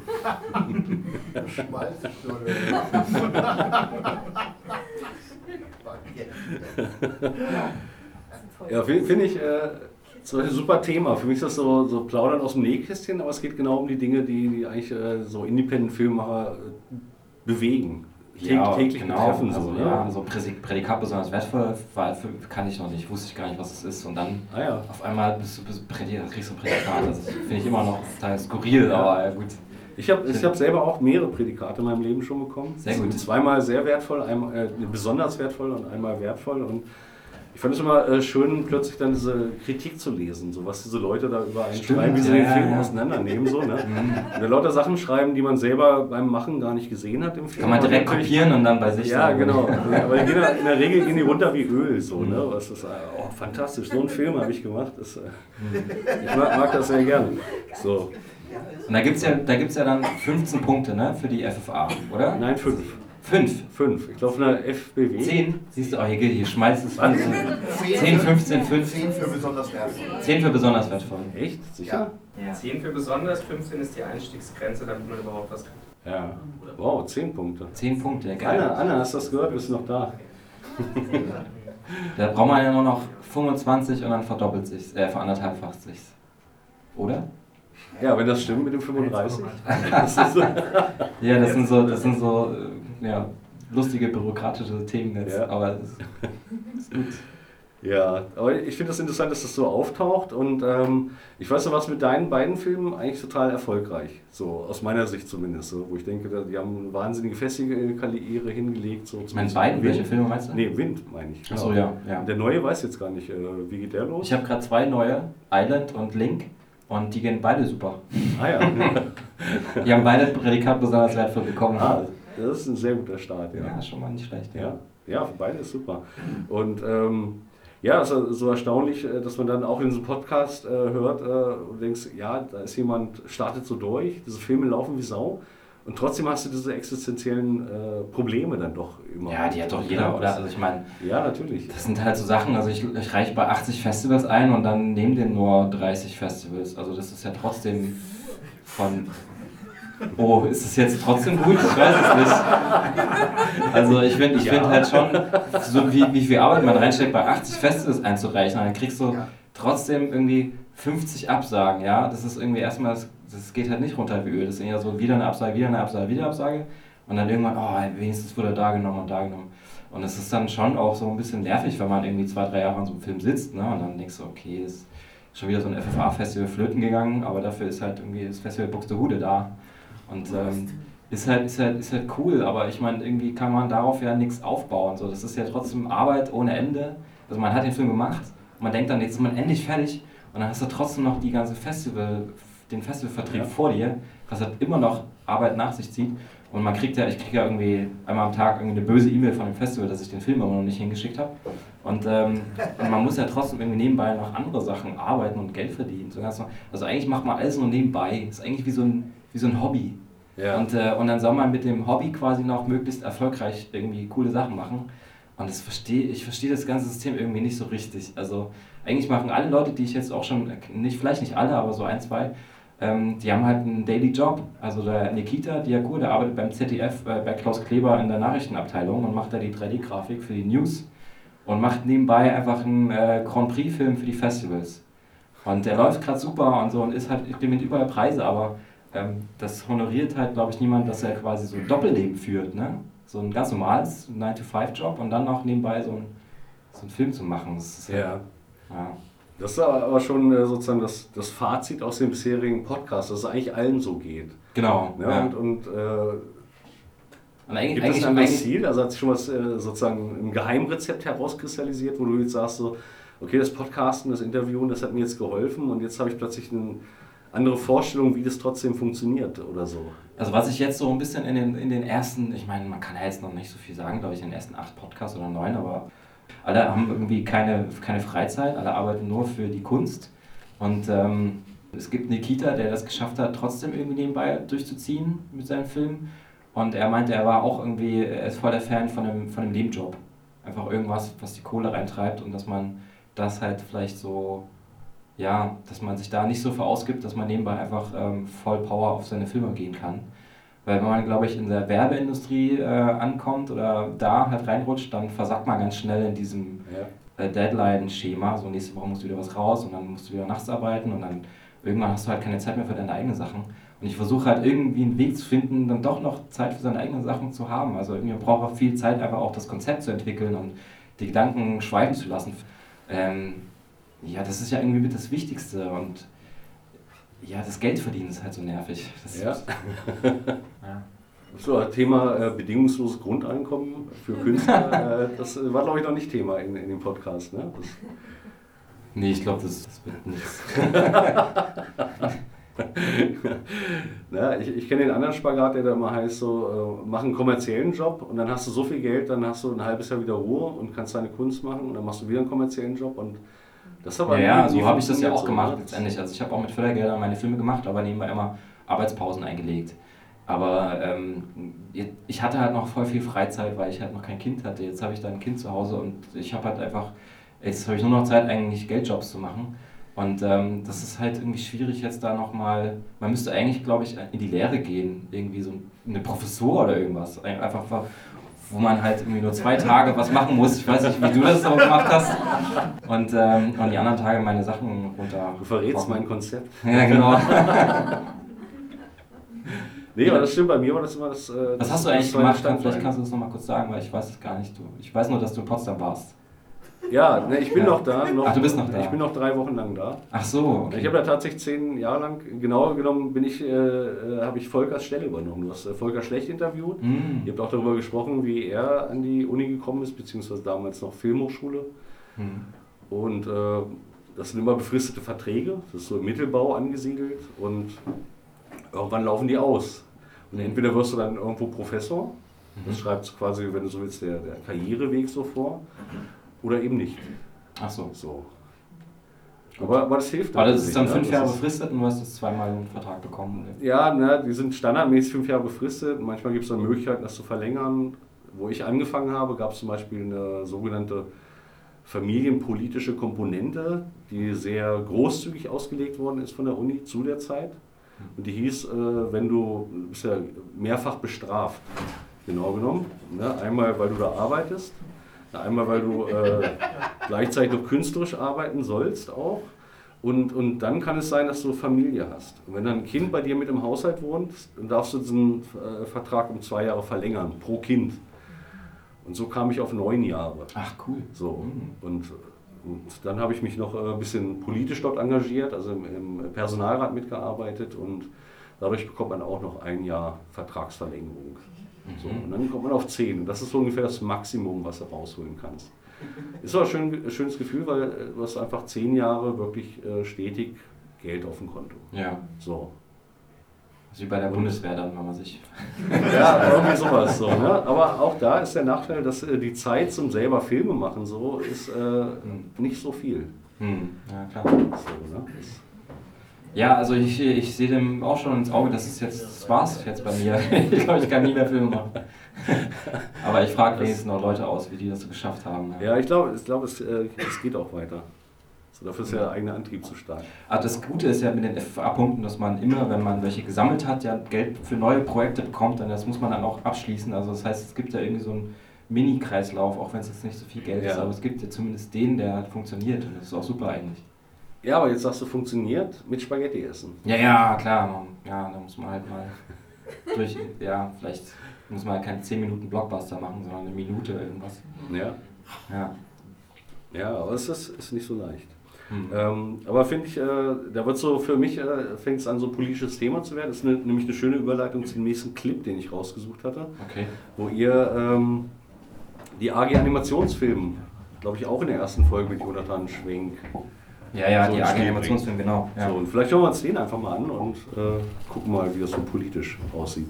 Ja, finde ich so ein super Thema. Für mich ist das so Plaudern aus dem Nähkästchen, aber es geht genau um die Dinge, die eigentlich so Independent-Filmemacher bewegen. Täglich betreffen.
Also,
so, ne?
ja, so Prädikat besonders wertvoll kann ich noch nicht, wusste ich gar nicht, was es ist. Und dann auf einmal kriegst du ein Prädikat. Das finde ich immer noch total skurril, aber ja, gut.
Ich hab selber auch mehrere Prädikate in meinem Leben schon bekommen.
Sehr gut.
Zweimal sehr wertvoll, einmal besonders wertvoll und einmal wertvoll. Und ich fand es immer schön, plötzlich dann diese Kritik zu lesen, so was diese Leute da über einen schreiben, wie sie den Film auseinandernehmen. So, ne? Und da lauter Sachen schreiben, die man selber beim Machen gar nicht gesehen hat im Film.
Kann man direkt kopieren und dann bei sich
sagen. Ja, genau. Aber in der Regel gehen die runter wie Öl. So, ne? Das ist fantastisch. So einen Film habe ich gemacht. Ich mag das sehr gerne. So.
Und da gibt's ja dann 15 Punkte, ne, für die FFA, oder?
Nein, 5.
5?
Ich glaube, von der FBW.
10? Siehst du, hier schmeißt es 10, 15, 5.
10 für besonders wertvoll.
10 für besonders wertvoll.
Echt? Sicher?
Ja. 10 für besonders, 15 ist die Einstiegsgrenze, damit man überhaupt was kriegt.
Ja. Wow, 10 Punkte.
10 Punkte, geil.
Anna, hast du das gehört? Bist du noch da?
Da braucht man ja nur noch 25 und dann verdoppelt sich's, veranderthalbfacht sich's. Oder?
Ja, wenn das stimmt mit dem 35.
Ja, das sind so lustige bürokratische Themen jetzt, aber das ist gut.
Ja, aber ich finde das interessant, dass das so auftaucht und ich weiß noch, was mit deinen beiden Filmen eigentlich total erfolgreich, so aus meiner Sicht zumindest, so, wo ich denke, die haben eine wahnsinnige Karriere hingelegt. So,
Meine beiden? Welche Filme meinst du?
Nee, Wind meine ich.
Achso, ja.
Der neue weiß jetzt gar nicht, wie geht der los?
Ich habe gerade 2 neue, Island und Link. Und die gehen beide super.
Ah ja.
Die haben beide Prädikat besonders wertvoll bekommen.
Das ist ein sehr guter Start.
Ja, schon mal nicht schlecht.
Ja, beide ist super. Und es ist so erstaunlich, dass man dann auch in so einem Podcast hört und denkst, ja, da ist jemand, startet so durch, diese Filme laufen wie Sau. Und trotzdem hast du diese existenziellen Probleme dann doch immer.
Ja, die hat doch jeder, oder? Also ich meine,
ja, natürlich.
Das sind halt so Sachen, also ich reiche bei 80 Festivals ein und dann nehmen den nur 30 Festivals. Also das ist ja trotzdem von... Oh, ist es jetzt trotzdem gut? Ich weiß es nicht. Also ich finde halt schon, so wie viel Arbeit man reinsteckt, bei 80 Festivals einzureichen, dann kriegst du trotzdem irgendwie 50 Absagen, ja? Das ist irgendwie erstmal... Das geht halt nicht runter wie Öl. Das ist eher so wieder eine Absage, wieder eine Absage, wieder eine Absage. Und dann irgendwann, wenigstens wurde da genommen und da genommen. Und es ist dann schon auch so ein bisschen nervig, wenn man irgendwie 2-3 Jahre an so einem Film sitzt, ne? Und dann denkst du, okay, das ist schon wieder so ein FFA-Festival flöten gegangen, aber dafür ist halt irgendwie das Festival Buxtehude da. Und ist halt cool, aber ich meine, irgendwie kann man darauf ja nichts aufbauen. So, das ist ja trotzdem Arbeit ohne Ende. Also man hat den Film gemacht und man denkt dann, jetzt ist man endlich fertig und dann hast du trotzdem noch die ganze den Festivalvertrieb vor dir, was halt immer noch Arbeit nach sich zieht. Und ich kriege ja irgendwie einmal am Tag irgendwie eine böse E-Mail von dem Festival, dass ich den Film immer noch nicht hingeschickt habe. Und man muss ja trotzdem irgendwie nebenbei noch andere Sachen arbeiten und Geld verdienen. Also eigentlich macht man alles nur nebenbei. Das ist eigentlich wie so ein Hobby. Ja. Und dann soll man mit dem Hobby quasi noch möglichst erfolgreich irgendwie coole Sachen machen. Und ich verstehe das ganze System irgendwie nicht so richtig. Also eigentlich machen alle Leute, die ich jetzt auch schon, vielleicht nicht alle, aber so ein, zwei, die haben halt einen Daily Job. Also der Nikita Diakur, der arbeitet beim ZDF bei Klaus Kleber in der Nachrichtenabteilung und macht da die 3D-Grafik für die News und macht nebenbei einfach einen Grand Prix-Film für die Festivals. Und der läuft gerade super und so und ich bin mit überall Preise, aber das honoriert halt, glaube ich, niemand, dass er quasi so ein Doppelleben führt, ne? So ein ganz normales 9-to-5-Job und dann noch nebenbei so einen Film zu machen. Das ist ja.
Das ist aber schon sozusagen das Fazit aus dem bisherigen Podcast, dass es eigentlich allen so geht.
Genau.
Ja, und gibt es ein anderes Ziel? Also hat sich schon was sozusagen im Geheimrezept herauskristallisiert, wo du jetzt sagst, so, okay, das Podcasten, das Interviewen, das hat mir jetzt geholfen und jetzt habe ich plötzlich eine andere Vorstellung, wie das trotzdem funktioniert oder so.
Also was ich jetzt so ein bisschen in den ersten, ich meine, man kann ja jetzt noch nicht so viel sagen, glaube ich, in den ersten 8 Podcasts oder 9, aber alle haben irgendwie keine Freizeit, alle arbeiten nur für die Kunst und es gibt Nikita, der das geschafft hat, trotzdem irgendwie nebenbei durchzuziehen mit seinem Film und er meinte, er ist voll der Fan von einem Nebenjob. Einfach irgendwas, was die Kohle reintreibt und dass man das halt vielleicht so, ja, dass man sich da nicht so verausgibt, dass man nebenbei einfach voll Power auf seine Filme gehen kann. Weil wenn man, glaube ich, in der Werbeindustrie ankommt oder da halt reinrutscht, dann versackt man ganz schnell in diesem Deadline-Schema. So nächste Woche musst du wieder was raus und dann musst du wieder nachts arbeiten und dann irgendwann hast du halt keine Zeit mehr für deine eigenen Sachen. Und ich versuche halt irgendwie einen Weg zu finden, dann doch noch Zeit für seine eigenen Sachen zu haben. Also irgendwie braucht man viel Zeit, einfach auch das Konzept zu entwickeln und die Gedanken schweifen zu lassen. Ja, das ist ja irgendwie mit das Wichtigste und ja, das Geld verdienen ist halt so nervig.
So, Thema bedingungsloses Grundeinkommen für Künstler, das war, glaube ich, noch nicht Thema in dem Podcast, ne?
Nee, ich glaube, das wird nichts.
Ich kenne den anderen Spagat, der da immer heißt, so, mach einen kommerziellen Job und dann hast du so viel Geld, dann hast du ein halbes Jahr wieder Ruhe und kannst deine Kunst machen und dann machst du wieder einen kommerziellen Job und das aber
ja, so habe ich das ja auch gemacht letztendlich. Also ich habe auch mit Fördergeldern meine Filme gemacht, aber nebenbei immer Arbeitspausen eingelegt. Aber ich hatte halt noch voll viel Freizeit, weil ich halt noch kein Kind hatte. Jetzt habe ich da ein Kind zu Hause und ich habe halt einfach, jetzt habe ich nur noch Zeit eigentlich Geldjobs zu machen. Und das ist halt irgendwie schwierig jetzt da nochmal, man müsste eigentlich, glaube ich, in die Lehre gehen, irgendwie so eine Professur oder irgendwas. Einfach, wo man halt irgendwie nur 2 Tage was machen muss. Ich weiß nicht, wie du das aber gemacht hast. Und die anderen Tage meine Sachen runter.
Du verrätst mein Konzept.
Ja, genau.
Nee, aber das stimmt, bei mir war das immer das...
Was hast du eigentlich gemacht? Vielleicht kannst du das nochmal kurz sagen, weil ich weiß es gar nicht. Ich weiß nur, dass du in Potsdam warst.
Ja, ne, ich bin noch da.
Ach, du bist noch da?
Ich bin noch 3 Wochen lang da.
Ach so, okay.
Ich habe da tatsächlich 10 Jahre lang, genauer genommen, habe ich Volkers Stelle übernommen. Du hast Volker Schlecht interviewt. Ihr habt auch darüber gesprochen, wie er an die Uni gekommen ist, beziehungsweise damals noch Filmhochschule. Und das sind immer befristete Verträge, das ist so im Mittelbau angesiedelt und irgendwann laufen die aus. Und entweder wirst du dann irgendwo Professor, das schreibt quasi, wenn du so willst, der Karriereweg so vor, oder eben nicht.
Ach so.
Aber das hilft.
Aber das ist dann 5 Jahre befristet und du hast jetzt 2-mal einen Vertrag bekommen. Oder?
Ja, die sind standardmäßig 5 Jahre befristet. Manchmal gibt es dann Möglichkeiten, das zu verlängern. Wo ich angefangen habe, gab es zum Beispiel eine sogenannte familienpolitische Komponente, die sehr großzügig ausgelegt worden ist von der Uni zu der Zeit. Und die hieß, du bist ja mehrfach bestraft, genau genommen. Ne? Einmal, weil du da arbeitest, einmal, weil du gleichzeitig noch künstlerisch arbeiten sollst auch. Und dann kann es sein, dass du Familie hast. Und wenn dann ein Kind bei dir mit im Haushalt wohnt, dann darfst du diesen Vertrag um 2 Jahre verlängern, pro Kind. Und so kam ich auf 9 Jahre.
Ach, cool.
So. Und dann habe ich mich noch ein bisschen politisch dort engagiert, also im Personalrat mitgearbeitet und Dadurch bekommt man auch noch 1 Jahr Vertragsverlängerung. So, und dann kommt man auf 10. Das ist so ungefähr das Maximum, was du rausholen kannst. Ist aber ein schönes Gefühl, weil du hast einfach 10 Jahre wirklich stetig Geld auf dem Konto.
Ja.
So.
Also wie bei der Bundeswehr dann, wenn man sich...
Ja, irgendwie sowas. So, ne? Aber auch da ist der Nachteil, dass die Zeit zum selber Filme machen so ist nicht so viel.
Ja, klar.
So, ne?
Ja, also ich sehe dem auch schon ins Auge, das war's jetzt bei mir. Ich glaube, ich kann nie mehr Filme machen. Aber ich frage wenigstens noch Leute aus, wie die das so geschafft haben.
Ja, ich glaube, es geht auch weiter. So, dafür ist ja der eigene Antrieb zu stark.
Aber das Gute ist ja mit den FFA-Punkten, dass man immer, wenn man welche gesammelt hat, ja Geld für neue Projekte bekommt, und das muss man dann auch abschließen. Also das heißt, es gibt ja irgendwie so einen Mini-Kreislauf, auch wenn es jetzt nicht so viel Geld ist, aber es gibt ja zumindest den, der funktioniert, und das ist auch super eigentlich.
Ja, aber jetzt sagst du, funktioniert mit Spaghetti essen.
Ja, klar, man. Ja, da muss man halt mal vielleicht muss man halt keinen 10 Minuten Blockbuster machen, sondern eine Minute irgendwas.
Ja, aber es ist nicht so leicht. Aber finde ich, da wird so für mich, fängt es an, so ein politisches Thema zu werden. Das ist nämlich eine schöne Überleitung zum nächsten Clip, den ich rausgesucht hatte.
Okay.
Wo ihr die AG Animationsfilm, glaube ich, auch in der ersten Folge mit Jonathan Schwenk.
Ja,
so
die AG Animationsfilm, genau. Ja.
So, und vielleicht schauen wir uns den einfach mal an und gucken mal, wie das so politisch aussieht.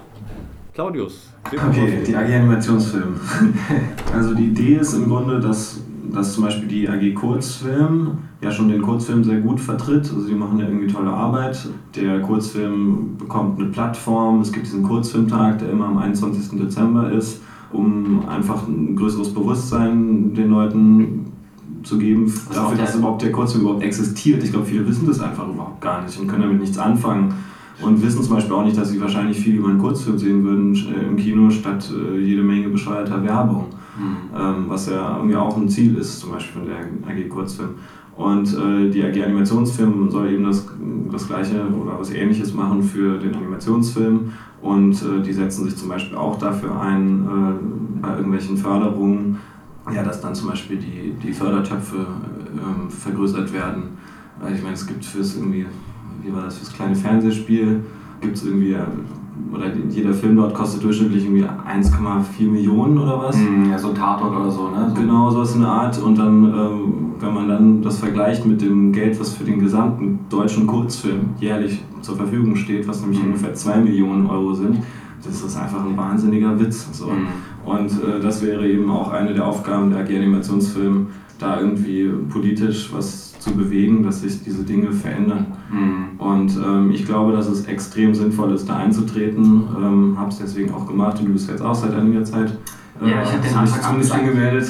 Claudius.
Okay, die AG Animationsfilm. Also die Idee ist im Grunde, dass zum Beispiel die AG Kurzfilm ja schon den Kurzfilm sehr gut vertritt. Also die machen ja irgendwie tolle Arbeit. Der Kurzfilm bekommt eine Plattform. Es gibt diesen Kurzfilmtag, der immer am 21. Dezember ist, um einfach ein größeres Bewusstsein den Leuten zu geben, dafür, dass überhaupt der Kurzfilm überhaupt existiert. Ich glaube, viele wissen das einfach überhaupt gar nicht und können damit nichts anfangen. Und wissen zum Beispiel auch nicht, dass sie wahrscheinlich viel über einen Kurzfilm sehen würden im Kino, statt jede Menge bescheuerter Werbung. Was ja irgendwie auch ein Ziel ist, zum Beispiel von der AG Kurzfilm. Und die AG Animationsfilm soll eben das Gleiche oder was Ähnliches machen für den Animationsfilm. Und die setzen sich zum Beispiel auch dafür ein, bei irgendwelchen Förderungen, ja, dass dann zum Beispiel die Fördertöpfe vergrößert werden. Ich meine, es gibt fürs kleine Fernsehspiel, gibt es irgendwie, oder jeder Film dort kostet durchschnittlich irgendwie 1,4 Millionen oder was.
Ja, so ein Tatort oder so, ne?
Genau, sowas in der Art. Und dann, wenn man dann das vergleicht mit dem Geld, was für den gesamten deutschen Kurzfilm jährlich zur Verfügung steht, was nämlich ungefähr 2 Millionen Euro sind, das ist einfach ein wahnsinniger Witz. So. Und das wäre eben auch eine der Aufgaben der AG Animationsfilm, da irgendwie politisch was zu bewegen, dass sich diese Dinge verändern. Und ich glaube, dass es extrem sinnvoll ist, da einzutreten. Habe es deswegen auch gemacht und du bist jetzt auch seit einiger Zeit
ich habe den Antrag
zumindest angemeldet.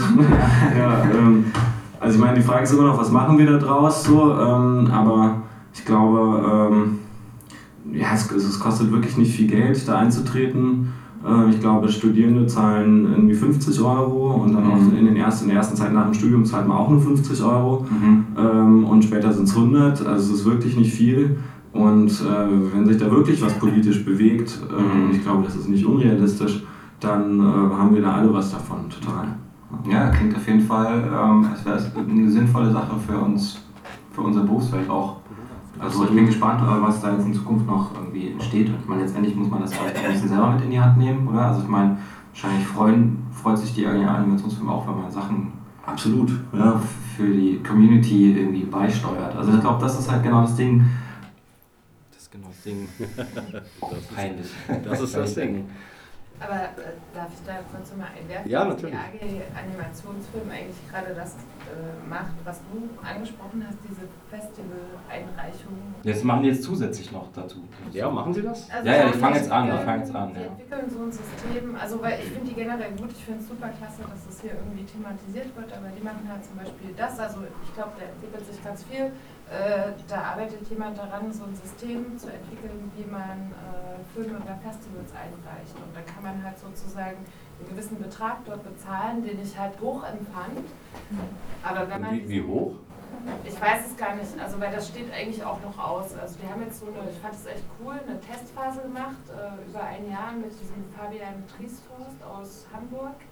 Also ich meine, die Frage ist immer noch, was machen wir da draus? So, aber ich glaube, es kostet wirklich nicht viel Geld, da einzutreten. Ich glaube, Studierende zahlen irgendwie 50 Euro und dann auch in der ersten Zeit nach dem Studium zahlt man auch nur 50 Euro und später sind es 100, also es ist wirklich nicht viel. Und wenn sich da wirklich was politisch bewegt, ich glaube, das ist nicht unrealistisch, dann haben wir da alle was davon, total.
Ja, klingt auf jeden Fall, als wäre es eine sinnvolle Sache für unser Berufsfeld auch. Also ich bin gespannt, was da jetzt in Zukunft noch irgendwie entsteht. Ich meine, letztendlich muss man das vielleicht ein bisschen selber mit in die Hand nehmen, oder? Also ich meine, wahrscheinlich freut sich die Animationsfilme auch, wenn man Sachen
absolut
für die Community irgendwie beisteuert. Also ich glaube, das ist halt genau das Ding.
Das ist genau das Ding. Peinlich.
Das ist das Ding.
Aber darf ich da kurz mal einwerfen,
ja,
dass
natürlich.
die AG Animationsfilm eigentlich gerade das macht, was du angesprochen hast, diese Festival-Einreichungen?
Das machen die jetzt zusätzlich noch dazu.
Ja, machen sie das?
Also
ja, die fangen jetzt an.
Die entwickeln so ein System, also weil ich finde die generell gut, ich finde es super klasse, dass das hier irgendwie thematisiert wird, aber die machen halt zum Beispiel das, also ich glaube, da entwickelt sich ganz viel. Da arbeitet jemand daran, so ein System zu entwickeln, wie man Filme bei Festivals einreicht. Und dann kann man halt sozusagen einen gewissen Betrag dort bezahlen, den ich halt hoch empfand. Aber wenn man
wie hoch?
Ich weiß es gar nicht, also weil das steht eigentlich auch noch aus. Also die haben jetzt ich fand es echt cool, eine Testphase gemacht, über ein Jahr mit diesem Fabian Triesthorst aus Hamburg.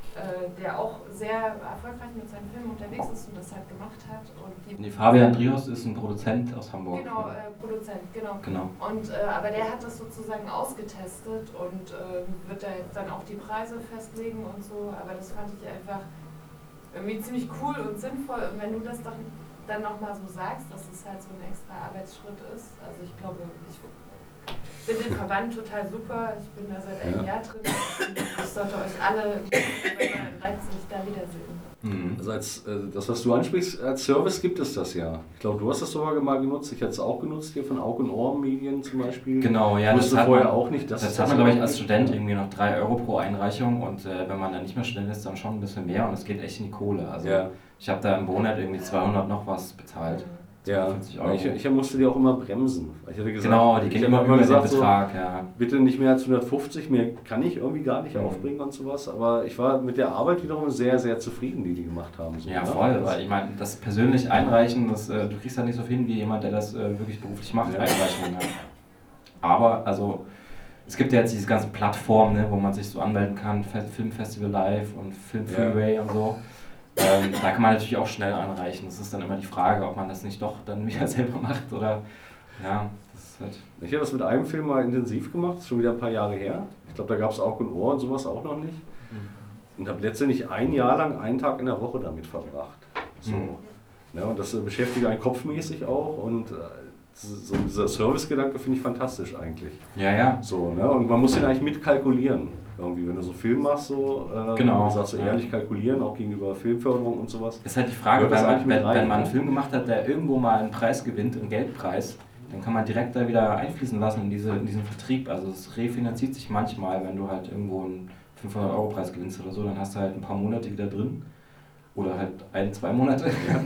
der auch sehr erfolgreich mit seinen Filmen unterwegs ist und das halt gemacht hat. Und
Nee, Fabian Driost ist ein Produzent aus Hamburg.
Genau, Produzent, genau. Und, aber der hat das sozusagen ausgetestet und wird da jetzt dann auch die Preise festlegen und so. Aber das fand ich einfach irgendwie ziemlich cool und sinnvoll. Und wenn du das dann nochmal so sagst, dass es halt so ein extra Arbeitsschritt ist, also ich glaube, ich finde den Verband total super. Ich bin da seit einem Jahr drin. Ich sollte euch alle in Leipzig da wiedersehen.
Also das, was du ansprichst, als Service gibt es das ja. Ich glaube, du hast das sogar mal genutzt. Ich hätte es auch genutzt hier von Aug- und Ohr-Medien zum Beispiel.
Genau, ja.
Das hat vorher auch nicht.
Das hat man, glaube ich, als Student irgendwie noch 3 € pro Einreichung und wenn man dann nicht mehr Student ist, dann schon ein bisschen mehr und es geht echt in die Kohle. Also ich habe da im Monat irgendwie 200 noch was bezahlt.
Ja, ich musste die auch immer bremsen. Ich hatte gesagt,
genau, die gehen immer über den Betrag.
So, bitte nicht mehr als 150, mehr kann ich irgendwie gar nicht aufbringen und sowas. Aber ich war mit der Arbeit wiederum sehr, sehr zufrieden, die gemacht haben. So,
ja, voll, weil ich meine, das persönlich einreichen, du kriegst ja nicht so viel hin wie jemand, der das wirklich beruflich macht, Einreichungen. Ja. Aber, also, es gibt ja jetzt diese ganzen Plattformen, ne, wo man sich so anmelden kann, Filmfestival Live und Film Freeway und so. Da kann man natürlich auch schnell einreichen. Das ist dann immer die Frage, ob man das nicht doch dann wieder selber macht oder ja, das ist halt.
Ich habe das mit einem Film mal intensiv gemacht, das ist schon wieder ein paar Jahre her. Ich glaube, da gab es Aug und Ohr und sowas auch noch nicht. Und habe letztendlich ein Jahr lang einen Tag in der Woche damit verbracht. So. Ja, und das beschäftigt einen kopfmäßig auch und so dieser Servicegedanke finde ich fantastisch eigentlich.
Ja.
So, ne? Und man muss den eigentlich mitkalkulieren. Irgendwie, wenn du so Film machst, so,
genau.
Du sagst so ehrlich kalkulieren, auch gegenüber Filmförderung und sowas.
Ist halt die Frage, wenn man einen Film gemacht hat, der irgendwo mal einen Preis gewinnt, einen Geldpreis, dann kann man direkt da wieder einfließen lassen in diesen Vertrieb. Also es refinanziert sich manchmal, wenn du halt irgendwo einen 500-€ Preis gewinnst oder so, dann hast du halt ein paar Monate wieder drin. Oder halt 1-2 Monate.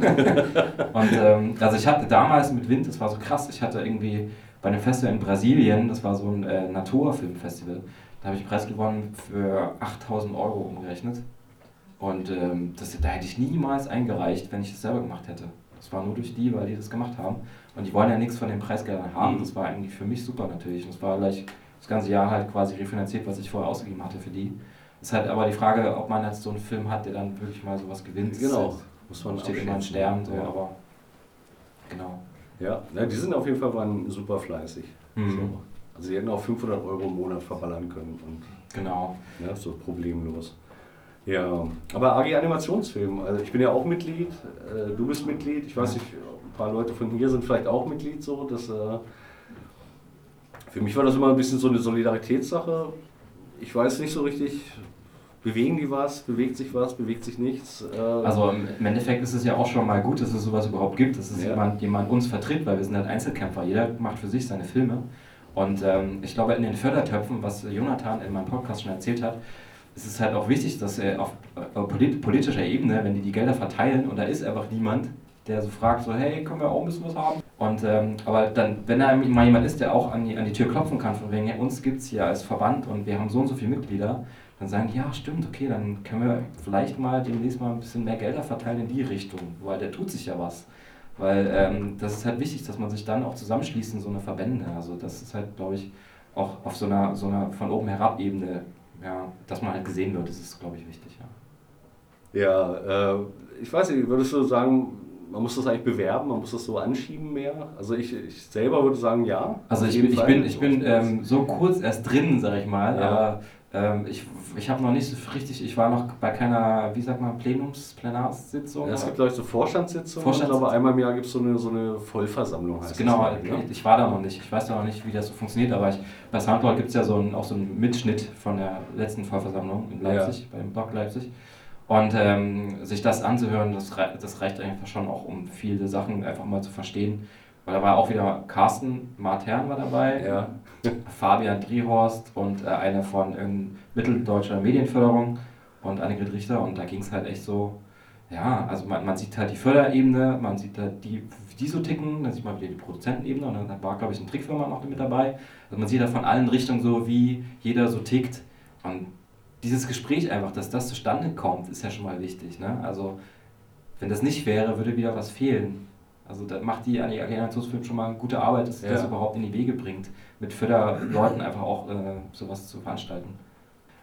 Und also ich hatte damals mit Wind, das war so krass, ich hatte irgendwie bei einem Festival in Brasilien, das war so ein Naturfilmfestival, da habe ich Preis gewonnen für 8.000 € umgerechnet. Und da hätte ich niemals eingereicht, wenn ich das selber gemacht hätte. Das war nur durch die, weil die das gemacht haben. Und die wollen ja nichts von den Preisgeldern haben. Das war eigentlich für mich super natürlich. Und das war gleich das ganze Jahr halt quasi refinanziert, was ich vorher ausgegeben hatte für die. Ist halt aber die Frage, ob man jetzt so einen Film hat, der dann wirklich mal sowas gewinnt.
Genau. Muss man
steht immer ein Stern, so, aber genau.
Ja, die sind auf jeden Fall super fleißig. So. Also die hätten auch 500 € im Monat verballern können. Und,
genau.
Ja, so problemlos. Ja, aber AG Animationsfilm, also ich bin ja auch Mitglied, du bist Mitglied, ich weiß nicht, ein paar Leute von hier sind vielleicht auch Mitglied, so, für mich war das immer ein bisschen so eine Solidaritätssache. Ich weiß nicht so richtig, bewegen die was, bewegt sich nichts?
Also im Endeffekt ist es ja auch schon mal gut, dass es sowas überhaupt gibt, dass es jemand uns vertritt, weil wir sind halt Einzelkämpfer, jeder macht für sich seine Filme. Und ich glaube, in den Fördertöpfen, was Jonathan in meinem Podcast schon erzählt hat, ist es halt auch wichtig, dass auf politischer Ebene, wenn die Gelder verteilen und da ist einfach niemand, der so fragt, so hey, können wir auch ein bisschen was haben? Und aber dann, wenn da mal jemand ist, der auch an die Tür klopfen kann, von wegen, ja, uns gibt es hier als Verband und wir haben so und so viele Mitglieder, dann sagen die, ja stimmt, okay, dann können wir vielleicht mal demnächst mal ein bisschen mehr Gelder verteilen in die Richtung, weil der tut sich ja was. Weil das ist halt wichtig, dass man sich dann auch zusammenschließt in so eine Verbände. Also das ist halt, glaube ich, auch auf so einer von oben herab Ebene, ja, dass man halt gesehen wird, das ist, glaube ich, wichtig.
Ja, ich weiß nicht, würdest du sagen, man muss das eigentlich bewerben, man muss das so anschieben mehr? Also ich selber würde sagen, ja.
Also ich bin so kurz erst drin, sag ich mal, aber ich habe noch nicht so richtig, ich war noch bei keiner, wie sagt man, Plenarsitzung.
Ja, es gibt, glaube ich, so Vorstandssitzungen, aber einmal im Jahr gibt es so eine Vollversammlung. Heißt
genau, ich war da noch nicht, ich weiß da noch nicht, wie das so funktioniert, aber bei Soundcloud gibt es ja auch so einen Mitschnitt von der letzten Vollversammlung in Leipzig, bei dem Blog Leipzig. Und sich das anzuhören, das reicht einfach schon auch, um viele Sachen einfach mal zu verstehen. Weil da war auch wieder Carsten Martern war dabei, Fabian Driehorst und einer von Mitteldeutscher Medienförderung und Annegret Richter. Und da ging es halt echt so, ja, also man sieht halt die Förderebene, man sieht halt die so ticken, dann sieht man wieder die Produzentenebene und dann war, glaube ich, eine Trickfirma noch mit dabei. Also man sieht da von allen Richtungen so, wie jeder so tickt. Und dieses Gespräch einfach, dass das zustande kommt, ist ja schon mal wichtig. Ne? Also wenn das nicht wäre, würde wieder was fehlen. Also da macht die Animationsfilm schon mal eine gute Arbeit, dass sie das überhaupt in die Wege bringt, mit Förderleuten einfach auch sowas zu veranstalten.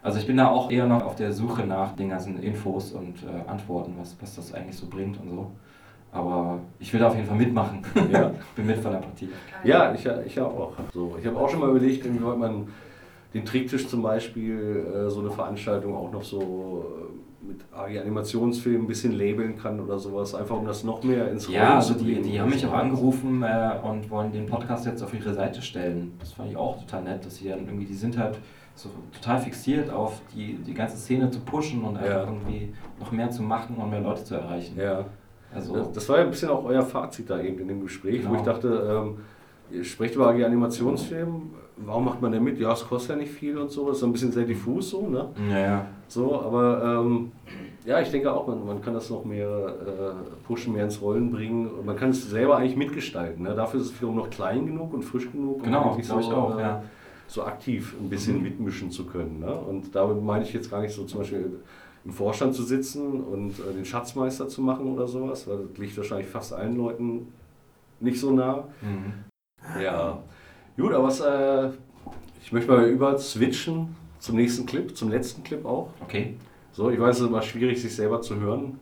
Also ich bin da auch eher noch auf der Suche nach den ganzen Infos und Antworten, was das eigentlich so bringt und so. Aber ich will da auf jeden Fall mitmachen.
Ja.
Bin mit von der Partie.
Ja, ich auch. So, ich habe auch schon mal überlegt, inwieweit man den Tricktisch zum Beispiel, so eine Veranstaltung auch noch so mit Animationsfilmen ein bisschen labeln kann oder sowas, einfach um das noch mehr ins
Ja, also
zu bringen.
die haben mich auch angerufen und wollen den Podcast jetzt auf ihre Seite stellen. Das fand ich auch total nett, dass sie dann irgendwie, die sind halt so total fixiert auf die ganze Szene zu pushen und einfach irgendwie noch mehr zu machen und mehr Leute zu erreichen.
Ja.
Also,
das war ja ein bisschen auch euer Fazit da eben in dem Gespräch,
genau.
wo ich dachte, ihr sprecht über Animationsfilme, warum macht man denn mit? Ja, es kostet ja nicht viel und so, das ist ein bisschen sehr diffus so, ne?
Ja.
So, aber ja, ich denke auch, man kann das noch mehr pushen, mehr ins Rollen bringen und man kann es selber eigentlich mitgestalten, ne? Dafür ist es wiederum noch klein genug und frisch genug,
Genau,
um wirklich
glaube ich auch, ja.
so aktiv ein bisschen mitmischen zu können, ne? Und damit meine ich jetzt gar nicht so zum Beispiel im Vorstand zu sitzen und den Schatzmeister zu machen oder sowas, weil das liegt wahrscheinlich fast allen Leuten nicht so nah. Ja, gut, aber ich möchte mal über switchen zum nächsten Clip, zum letzten Clip auch.
Okay.
So, ich weiß, es ist immer schwierig, sich selber zu hören.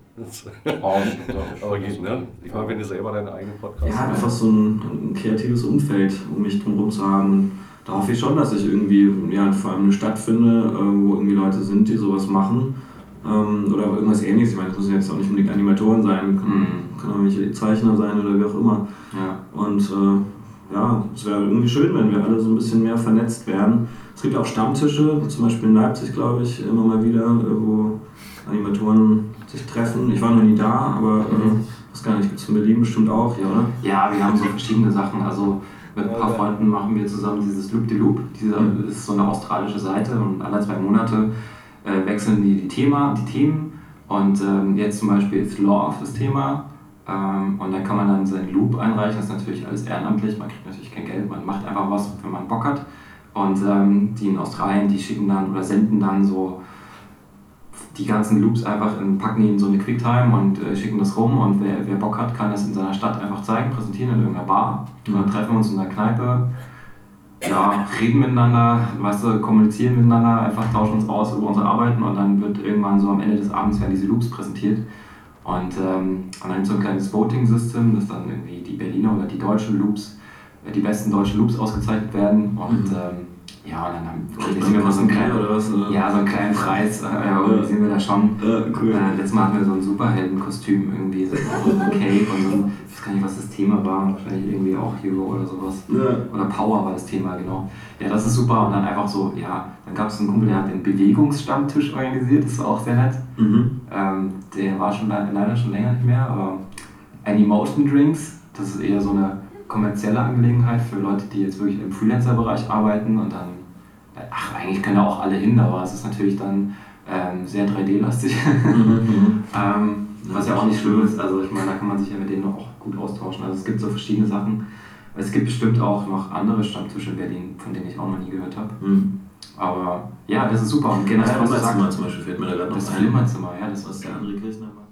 Aber geht, ne? Ich meine, wenn du selber deinen eigenen Podcast
Ja, einfach so ein kreatives Umfeld, um mich drumherum zu haben. Da hoffe ich schon, dass ich irgendwie, ja, vor allem eine Stadt finde, wo irgendwie Leute sind, die sowas machen. Oder irgendwas Ähnliches. Ich meine, das müssen jetzt auch nicht unbedingt Animatoren sein, können auch irgendwelche Zeichner sein oder wie auch immer.
Ja.
Und ja, es wäre irgendwie schön, wenn wir alle so ein bisschen mehr vernetzt werden. Es gibt auch Stammtische, zum Beispiel in Leipzig, glaube ich, immer mal wieder, wo Animatoren sich treffen. Ich war noch nie da, aber weiß gar nicht, gibt es in Berlin bestimmt auch, ja, oder?
Ja, wir haben so verschiedene Sachen. Also mit ein paar Freunden machen wir zusammen dieses Loop de Loop. Das ist so eine australische Seite und alle 2 Monate wechseln die Themen. Und jetzt zum Beispiel ist Love das Thema. Und dann kann man dann seinen Loop einreichen. Das ist natürlich alles ehrenamtlich. Man kriegt natürlich kein Geld. Man macht einfach was, wenn man Bock hat. Und die in Australien, die schicken dann oder senden dann so die ganzen Loops einfach, packen die in so eine Quicktime und schicken das rum. Und wer Bock hat, kann das in seiner Stadt einfach zeigen, präsentieren in irgendeiner Bar. Und dann treffen wir uns in der Kneipe. Ja, reden miteinander, weißt du, kommunizieren miteinander, einfach tauschen uns aus über unsere Arbeiten und dann wird irgendwann so am Ende des Abends werden diese Loops präsentiert. Und dann gibt es so ein kleines Voting-System, dass dann irgendwie die Berliner oder die deutschen Loops, die besten deutschen Loops ausgezeichnet werden. Und ja, und dann organisieren wir mal so einen kleinen, ja, so einen kleinen Preis, organisieren wir da schon.
Cool.
Letztes Mal hatten wir so ein Superheldenkostüm irgendwie, so ein Cape und so ein, ich weiß gar nicht, was das Thema war, wahrscheinlich irgendwie auch Hero oder sowas. Ja. Oder Power war das Thema, genau. Ja, das ist super und dann einfach so, ja, dann gab es einen Kumpel, der hat den Bewegungsstammtisch organisiert, das war auch sehr nett. Der war schon leider schon länger nicht mehr, aber Animotion Drinks, das ist eher so eine kommerzielle Angelegenheit für Leute, die jetzt wirklich im Freelancer-Bereich arbeiten und dann, eigentlich können da auch alle hin, aber es ist natürlich dann sehr 3D-lastig, was ja auch nicht schlimm ist, also ich meine, da kann man sich ja mit denen auch gut austauschen, also es gibt so verschiedene Sachen, es gibt bestimmt auch noch andere Stammtische in Berlin, von denen ich auch noch nie gehört habe, aber ja, das ist super und generell,
das Flimmerzimmer zum Beispiel fällt mir da gerade noch
das Flimmerzimmer, ja, das
was der André Kirchner macht.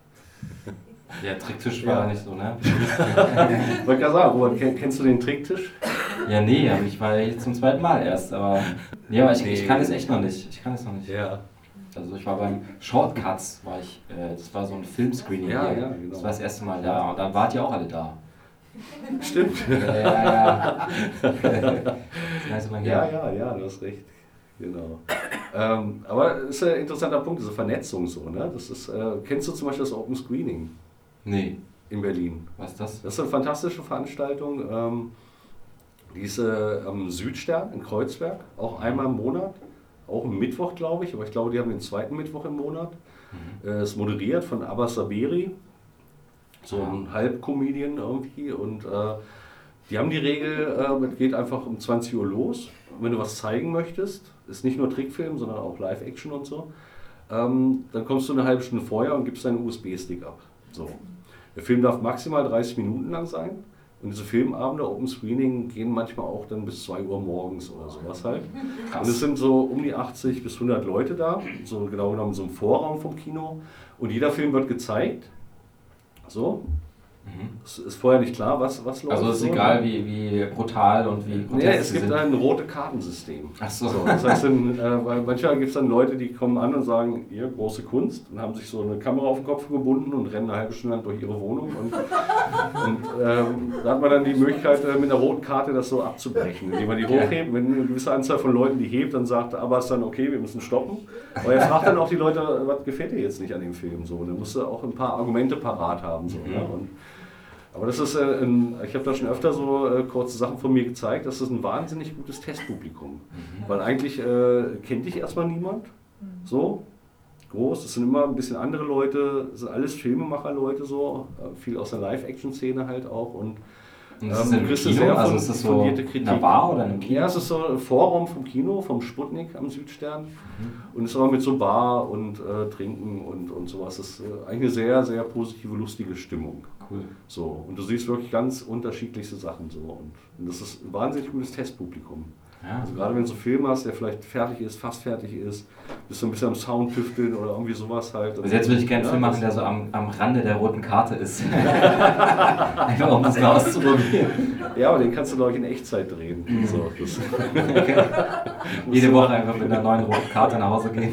Der Tricktisch war nicht so, ne?
Ich wollte gerade sagen, Robert, kennst du den Tricktisch?
Ja, nee, aber ich war jetzt zum 2. Mal erst, aber ich kann es echt noch nicht.
Ja.
Also ich war beim Shortcuts, das war so ein Filmscreening
Ja,
hier.
ja, genau.
Das war das erste Mal da und dann wart ihr auch alle da.
Stimmt.
Ja. Das ist nicht so lange her.
Ja, du hast recht. Genau. Aber das ist ein interessanter Punkt, diese Vernetzung so, ne? Das ist, kennst du zum Beispiel das Open Screening?
Nee.
In Berlin.
Was ist das?
Das ist eine fantastische Veranstaltung. Die ist am Südstern in Kreuzberg, auch einmal im Monat. Auch am Mittwoch, glaube ich, aber ich glaube, die haben den 2. Mittwoch im Monat. Es ist moderiert von Abbas Saberi, so ein Halbcomedian irgendwie. Und die haben die Regel, es geht einfach um 20 Uhr los. Und wenn du was zeigen möchtest, ist nicht nur Trickfilm, sondern auch Live-Action und so, dann kommst du eine halbe Stunde vorher und gibst deinen USB-Stick ab. So. Der Film darf maximal 30 Minuten lang sein. Und diese Filmabende, Open Screening, gehen manchmal auch dann bis 2 Uhr morgens oder sowas halt. Krass. Und es sind so um die 80 bis 100 Leute da, so genau genommen so im Vorraum vom Kino. Und jeder Film wird gezeigt. So. Es ist vorher nicht klar, was läuft.
Also es ist egal, wie brutal und wie grotesk
es gibt ein rote Kartensystem.
Ach so.
Das heißt, weil manchmal gibt es dann Leute, die kommen an und sagen, hier, große Kunst, und haben sich so eine Kamera auf den Kopf gebunden und rennen eine halbe Stunde lang durch ihre Wohnung. Und da hat man dann die Möglichkeit, mit einer roten Karte das so abzubrechen, indem man die hochhebt. Wenn eine gewisse Anzahl von Leuten die hebt, dann sagt aber es dann, okay, wir müssen stoppen. Aber er fragt dann auch die Leute, was gefällt dir jetzt nicht an dem Film? So, dann musst du auch ein paar Argumente parat haben. So, ne? Aber das ist, ich habe da schon öfter so kurze Sachen von mir gezeigt, das ist ein wahnsinnig gutes Testpublikum. Weil eigentlich kennt dich erstmal niemand, so groß, das sind immer ein bisschen andere Leute, das sind alles Filmemacher-Leute so, viel aus der Live-Action-Szene halt auch. Und
ist das
kriegst du
Kino?
sehr
Also ist das so
fundierte Kritik.
in einer Bar oder in einem Kino?
Ja, es ist so ein Vorraum vom Kino, vom Sputnik am Südstern. Und es ist aber mit so Bar und Trinken und sowas. Das ist eigentlich eine sehr, sehr positive, lustige Stimmung.
Cool.
So, und du siehst wirklich ganz unterschiedlichste Sachen. So. Und das ist ein wahnsinnig gutes Testpublikum.
Ja.
Also gerade wenn du so einen Film hast, der vielleicht fertig ist, fast fertig ist, bist du ein bisschen am Sound tüfteln oder irgendwie sowas halt.
Also jetzt würde ich gerne einen Film machen, der so am Rande der roten Karte ist. Einfach um das mal auszuprobieren.
Ja, aber den kannst du, glaube ich, in Echtzeit drehen. So,
Jede Woche einfach mit einer neuen roten Karte nach Hause gehen.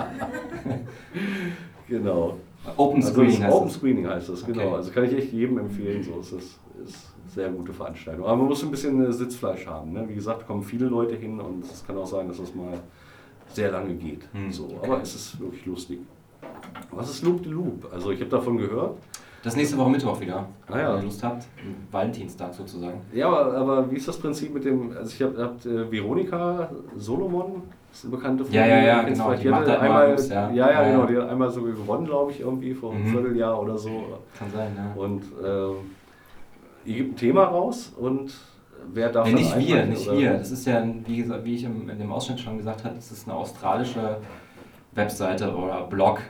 Genau.
Open Screening heißt
Open Screening heißt das, genau.
Okay.
Also kann ich echt jedem empfehlen. So. Es ist eine sehr gute Veranstaltung. Aber man muss ein bisschen Sitzfleisch haben. Ne? Wie gesagt, kommen viele Leute hin und es kann auch sein, dass es mal sehr lange geht. So.
Okay.
Aber es ist wirklich lustig. Was ist Loop the Loop? Also ich habe davon gehört.
Das nächste Woche Mittwoch wieder,
Ah, ja.
wenn ihr Lust habt. Valentinstag sozusagen.
Ja, aber wie ist das Prinzip mit dem, also ich habt Veronika Solomon, ist eine bekannte von
Ja, genau.
Die macht
halt
einmal,
Moves, ja.
Genau, die hat einmal sogar gewonnen, glaube ich, irgendwie vor einem Vierteljahr oder so.
Kann sein, ja.
Und ihr gebt ein Thema raus und wer darf
Nee,
dann
nicht
einpacken,
wir.
oder?
Das ist ja, wie ich in dem Ausschnitt schon gesagt habe, das ist eine australische Webseite oder Blog.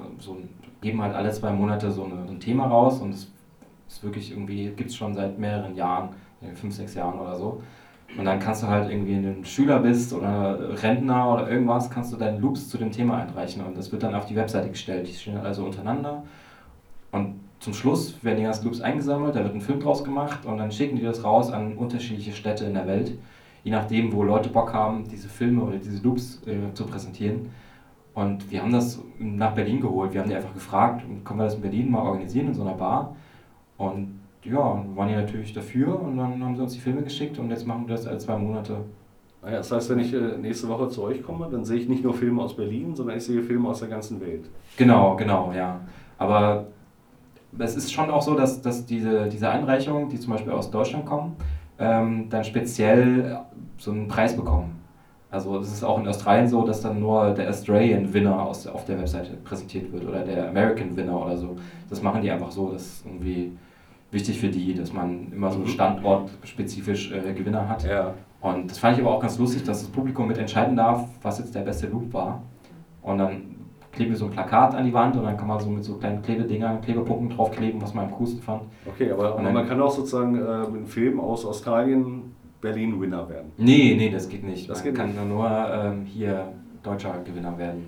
Geben halt alle 2 Monate so ein Thema raus und es ist wirklich irgendwie, gibt es schon seit mehreren Jahren, 5, 6 Jahren oder so. Und dann kannst du halt irgendwie, wenn du ein Schüler bist oder Rentner oder irgendwas, kannst du deine Loops zu dem Thema einreichen und das wird dann auf die Webseite gestellt. Die stehen also untereinander und zum Schluss werden die ganzen Loops eingesammelt, da wird ein Film draus gemacht und dann schicken die das raus an unterschiedliche Städte in der Welt, je nachdem, wo Leute Bock haben, diese Filme oder diese Loops zu präsentieren. Und wir haben das nach Berlin geholt, wir haben die einfach gefragt, können wir das in Berlin mal organisieren in so einer Bar? Und ja, waren die natürlich dafür und dann haben sie uns die Filme geschickt und jetzt machen wir das alle 2 Monate.
Naja, das heißt, wenn ich nächste Woche zu euch komme, dann sehe ich nicht nur Filme aus Berlin, sondern ich sehe Filme aus der ganzen Welt.
Genau, ja. Aber es ist schon auch so, dass diese Einreichungen, die zum Beispiel aus Deutschland kommen, dann speziell so einen Preis bekommen. Also es ist auch in Australien so, dass dann nur der Australian Winner auf der Webseite präsentiert wird oder der American Winner oder so. Das machen die einfach so, das ist irgendwie wichtig für die, dass man immer so standortspezifisch Gewinner hat.
Ja.
Und das fand ich aber auch ganz lustig, dass das Publikum mit entscheiden darf, was jetzt der beste Loop war. Und dann kleben wir so ein Plakat an die Wand und dann kann man so mit so kleinen Klebedingern, Klebepunkten draufkleben, was man am coolsten fand.
Okay, aber man kann auch sozusagen mit einem Film aus Australien Berlin-Winner werden.
Nee, das geht nicht.
Das
Man
geht
kann
nicht.
nur hier deutscher Gewinner werden.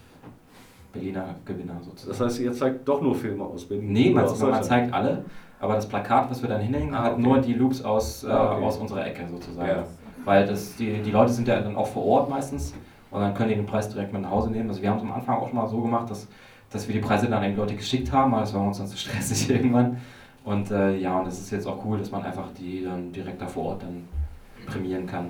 Berliner Gewinner sozusagen.
Das heißt, ihr zeigt doch nur Filme aus Berlin?
Nee, man
oder aus Deutschland?
zeigt alle, aber das Plakat, was wir dann hinhängen, hat
okay.
nur die Loops aus
Okay.
unserer Ecke sozusagen.
Ja.
Weil die Leute sind ja dann auch vor Ort meistens und dann können die den Preis direkt mit nach Hause nehmen. Also wir haben es am Anfang auch schon mal so gemacht, dass wir die Preise dann an die Leute geschickt haben, aber das war uns dann zu stressig irgendwann. Und und das ist jetzt auch cool, dass man einfach die dann direkt da vor Ort dann prämieren kann.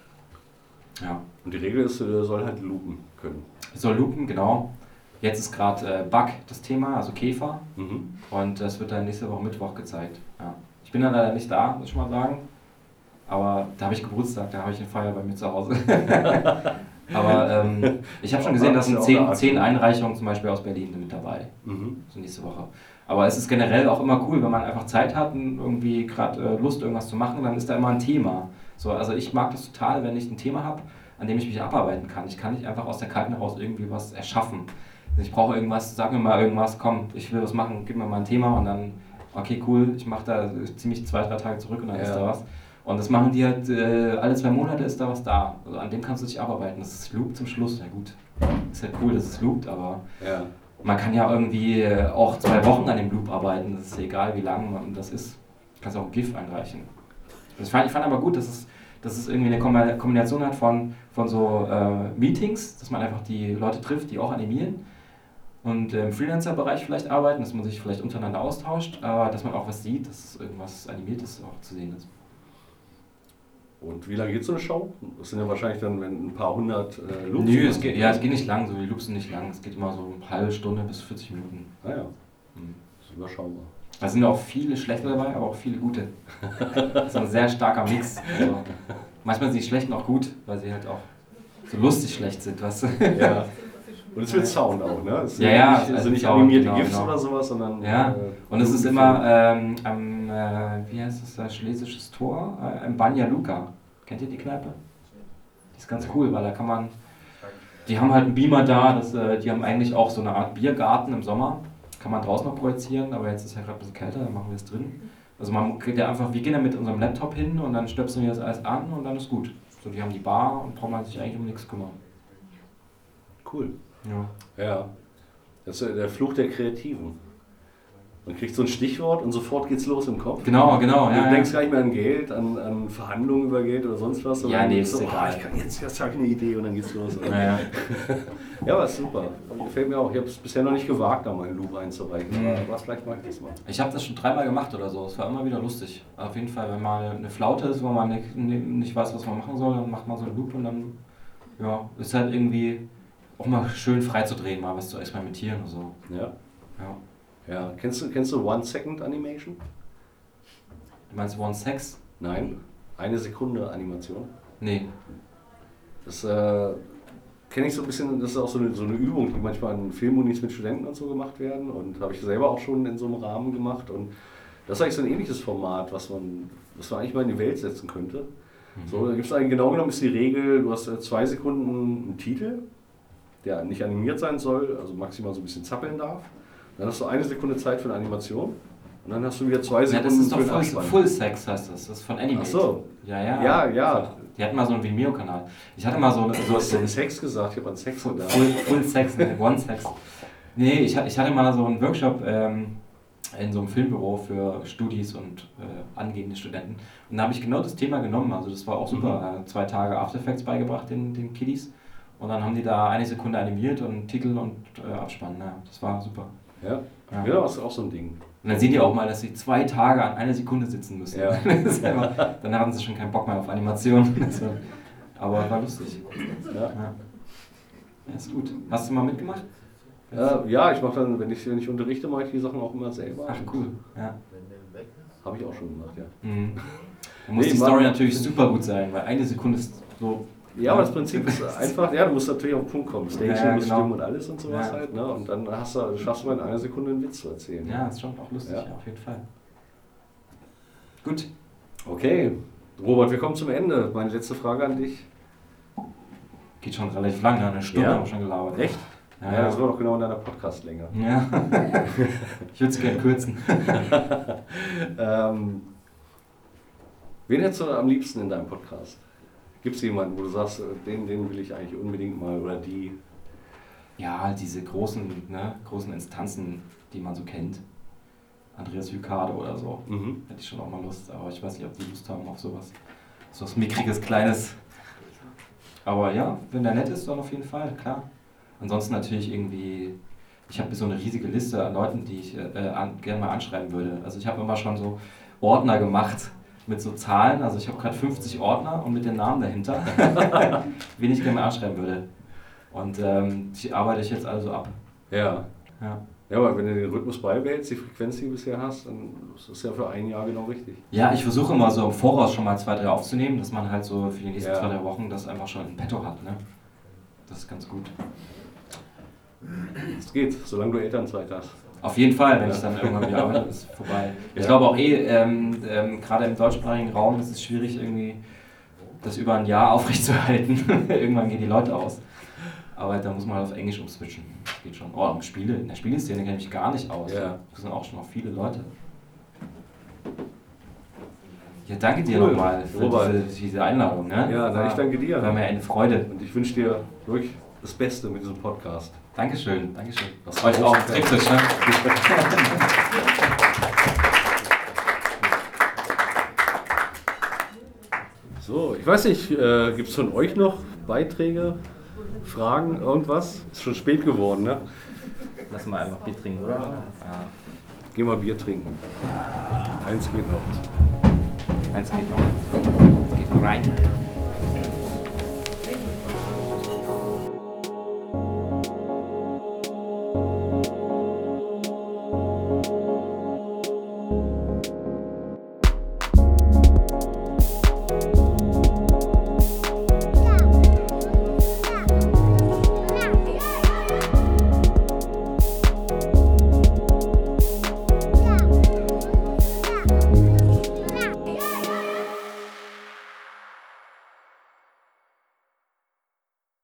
Ja.
Und die Regel ist, soll halt loopen können.
Soll loopen, genau. Jetzt ist gerade Bug das Thema, also Käfer. Und das wird dann nächste Woche Mittwoch gezeigt. Ja. Ich bin dann leider nicht da, muss ich mal sagen. Aber da habe ich Geburtstag, da habe ich eine Feier bei mir zu Hause. Aber ich habe schon gesehen, dass sind 10 Einreichungen zum Beispiel aus Berlin mit dabei. So nächste Woche. Aber es ist generell auch immer cool, wenn man einfach Zeit hat und irgendwie gerade Lust irgendwas zu machen, dann ist da immer ein Thema. So, also ich mag das total, wenn ich ein Thema habe, an dem ich mich abarbeiten kann. Ich kann nicht einfach aus der Kalten heraus irgendwie was erschaffen. Ich brauche irgendwas, sag mir mal irgendwas, komm, ich will was machen, gib mir mal ein Thema und dann, okay, cool, ich mache da ziemlich 2-3 Tage zurück und dann ist da was. Und das machen die halt, alle 2 Monate ist da was da. Also an dem kannst du dich abarbeiten. Das ist Loop zum Schluss, ja gut. Ist halt cool, dass es loopt, aber Man kann ja irgendwie auch 2 Wochen an dem Loop arbeiten, das ist egal, wie lang das ist. Du kannst auch ein GIF einreichen. Ich fand aber gut, dass es irgendwie eine Kombination hat von so Meetings, dass man einfach die Leute trifft, die auch animieren und im Freelancer-Bereich vielleicht arbeiten, dass man sich vielleicht untereinander austauscht, aber dass man auch was sieht, dass irgendwas Animiertes auch zu sehen ist.
Und wie lange geht so eine Show? Das sind ja wahrscheinlich dann ein paar hundert Loops.
Nö, es geht nicht lang, so die Loops sind nicht lang, es geht immer so eine halbe Stunde bis 40 Minuten.
Ah ja, das ist überschaubar.
Da sind auch viele schlechte dabei, aber auch viele gute. Das ist ein sehr starker Mix. Also, manchmal sind die schlechten auch gut, weil sie halt auch so lustig schlecht sind, weißt du?
Ja. Und es wird Sound auch, ne? Es sind
ja,
also nicht
Sound,
animierte
genau,
GIFs
genau.
oder sowas, sondern...
Ja, und es ist immer wie heißt es, das Schlesisches Tor, im Banja Luka. Kennt ihr die Kneipe? Die ist ganz cool, weil da kann man... Die haben halt einen Beamer da, die haben eigentlich auch so eine Art Biergarten im Sommer. Kann man draußen noch projizieren, aber jetzt ist ja gerade ein bisschen kälter, dann machen wir es drin. Also man kriegt ja einfach, wir gehen da mit unserem Laptop hin und dann stöpseln wir das alles an und dann ist gut. So, die haben die Bar und braucht man sich eigentlich um nichts kümmern.
Cool.
Ja.
Ja. Das ist der Fluch der Kreativen. Man kriegt so ein Stichwort und sofort geht's los im Kopf.
Genau.
Du
Ja,
denkst gar nicht mehr an Geld, an Verhandlungen über Geld oder sonst was.
Ja, nee, ist
so,
egal.
ich kann jetzt habe ich eine Idee und dann geht's los.
Ja.
Ja, aber ist super. Gefällt mir auch. Ich habe es bisher noch nicht gewagt, da mal einen Loop einzureichen. Aber vielleicht mag ich das mal.
Ich habe das schon 3-mal gemacht oder so. Es war immer wieder lustig. Auf jeden Fall, wenn mal eine Flaute ist, wo man nicht weiß, was man machen soll, dann macht man so einen Loop und dann ist halt irgendwie auch mal schön frei zu drehen, mal was zu experimentieren oder so.
Ja. Kennst du One-Second-Animation?
Du meinst One Sex?
Nein. 1 Sekunde Animation.
Nee.
Das kenne ich so ein bisschen, das ist auch so eine Übung, die manchmal an Filmunis mit Studenten und so gemacht werden und habe ich selber auch schon in so einem Rahmen gemacht und das ist eigentlich so ein ähnliches Format, was man eigentlich mal in die Welt setzen könnte. So, da gibt es eigentlich, genau genommen ist die Regel, du hast 2 Sekunden einen Titel, der nicht animiert sein soll, also maximal so ein bisschen zappeln darf. Dann hast du 1 Sekunde Zeit für eine Animation und dann hast du wieder 2 Sekunden
das ist
für den
doch
Abspann.
Full Sex heißt das. Das ist von Animate.
Ach so.
Ja. Die hatten mal so einen Vimeo-Kanal. Ich hatte mal
Du hast den Sex gesagt, ich habe an Sex gedacht.
Full Sex, ne? One Sex. Nee, ich hatte mal so einen Workshop in so einem Filmbüro für Studis und angehende Studenten. Und da habe ich genau das Thema genommen. Also das war auch super. 2 Tage After Effects beigebracht den Kiddies. Und dann haben die da 1 Sekunde animiert und Titel und Abspann. Ja, das war super.
Ja, genau, das ist auch so ein Ding.
Und dann sehen die auch mal, dass sie 2 Tage an 1 Sekunde sitzen müssen.
Ja.
Dann hatten sie schon keinen Bock mehr auf Animation. Aber war lustig.
Ja,
ist gut. Hast du mal mitgemacht?
Ja, ich mache dann, wenn ich unterrichte, mache ich die Sachen auch immer selber.
Ach cool. Ja.
Habe ich auch schon gemacht, ja.
Da muss die Story natürlich super gut sein, weil 1 Sekunde ist so...
Ja, aber das Prinzip ist einfach, du musst natürlich auf den Punkt kommen. Staging muss stimmen und alles und sowas
Ja.
halt. Ne? Und dann schaffst du mal in 1 Sekunde einen Witz zu erzählen.
Ja, ist schon auch lustig,
Ja.
auf jeden Fall. Gut.
Okay, Robert, wir kommen zum Ende. Meine letzte Frage an dich.
Geht schon relativ lang, eine Stunde
Ja.
haben wir schon gelabert.
Echt? Ja, das war doch genau in deiner Podcast-Länge.
Ja. Ich würde es gerne kürzen.
Wen hättest du am liebsten in deinem Podcast? Gibt es jemanden, wo du sagst, den will ich eigentlich unbedingt mal oder die?
Ja, diese großen Instanzen, die man so kennt. Andreas Hykade oder so. Hätte ich schon auch mal Lust, aber ich weiß nicht, ob die Lust haben auf sowas. So was Mickriges, Kleines. Aber ja, wenn der nett ist, dann auf jeden Fall, klar. Ansonsten natürlich irgendwie, ich habe so eine riesige Liste an Leuten, die ich gerne mal anschreiben würde. Also ich habe immer schon so Ordner gemacht mit so Zahlen. Also ich habe gerade 50 Ordner und mit den Namen dahinter, wen ich gerne mal anschreiben würde. Und die arbeite ich jetzt also ab.
Ja. Ja, aber wenn du den Rhythmus beibehältst, die Frequenz, die du bisher hast, dann ist das ja für ein Jahr genau richtig.
Ja, ich versuche immer so im Voraus schon mal 2, 3 aufzunehmen, dass man halt so für die nächsten 2, 3 Wochen das einfach schon in petto hat. Ne? Das ist ganz gut.
Es geht, solange du Elternzeit hast.
Auf jeden Fall, wenn ich dann irgendwann wieder arbeite, ist vorbei. Ich glaube auch gerade im deutschsprachigen Raum ist es schwierig, irgendwie das über ein Jahr aufrechtzuerhalten. Irgendwann gehen die Leute aus. Aber da muss man halt auf Englisch umswitchen. Das geht schon. Oh, in der Spieleszene kenne ich mich gar nicht aus.
Ja.
Das sind auch schon noch viele Leute. Ja, danke dir nochmal für diese Einladung. Ne?
Ja, ich danke dir.
War mir eine Freude.
Und ich wünsche dir wirklich das Beste mit diesem Podcast.
Dankeschön. Euch auch. Tricktisch, ne?
So, ich weiß nicht, gibt es von euch noch Beiträge, Fragen, irgendwas? Ist schon spät geworden, ne?
Lass mal einfach Bier trinken, oder? Ja.
Geh mal Bier trinken. Eins geht noch.
Eins geht noch. Geht noch rein.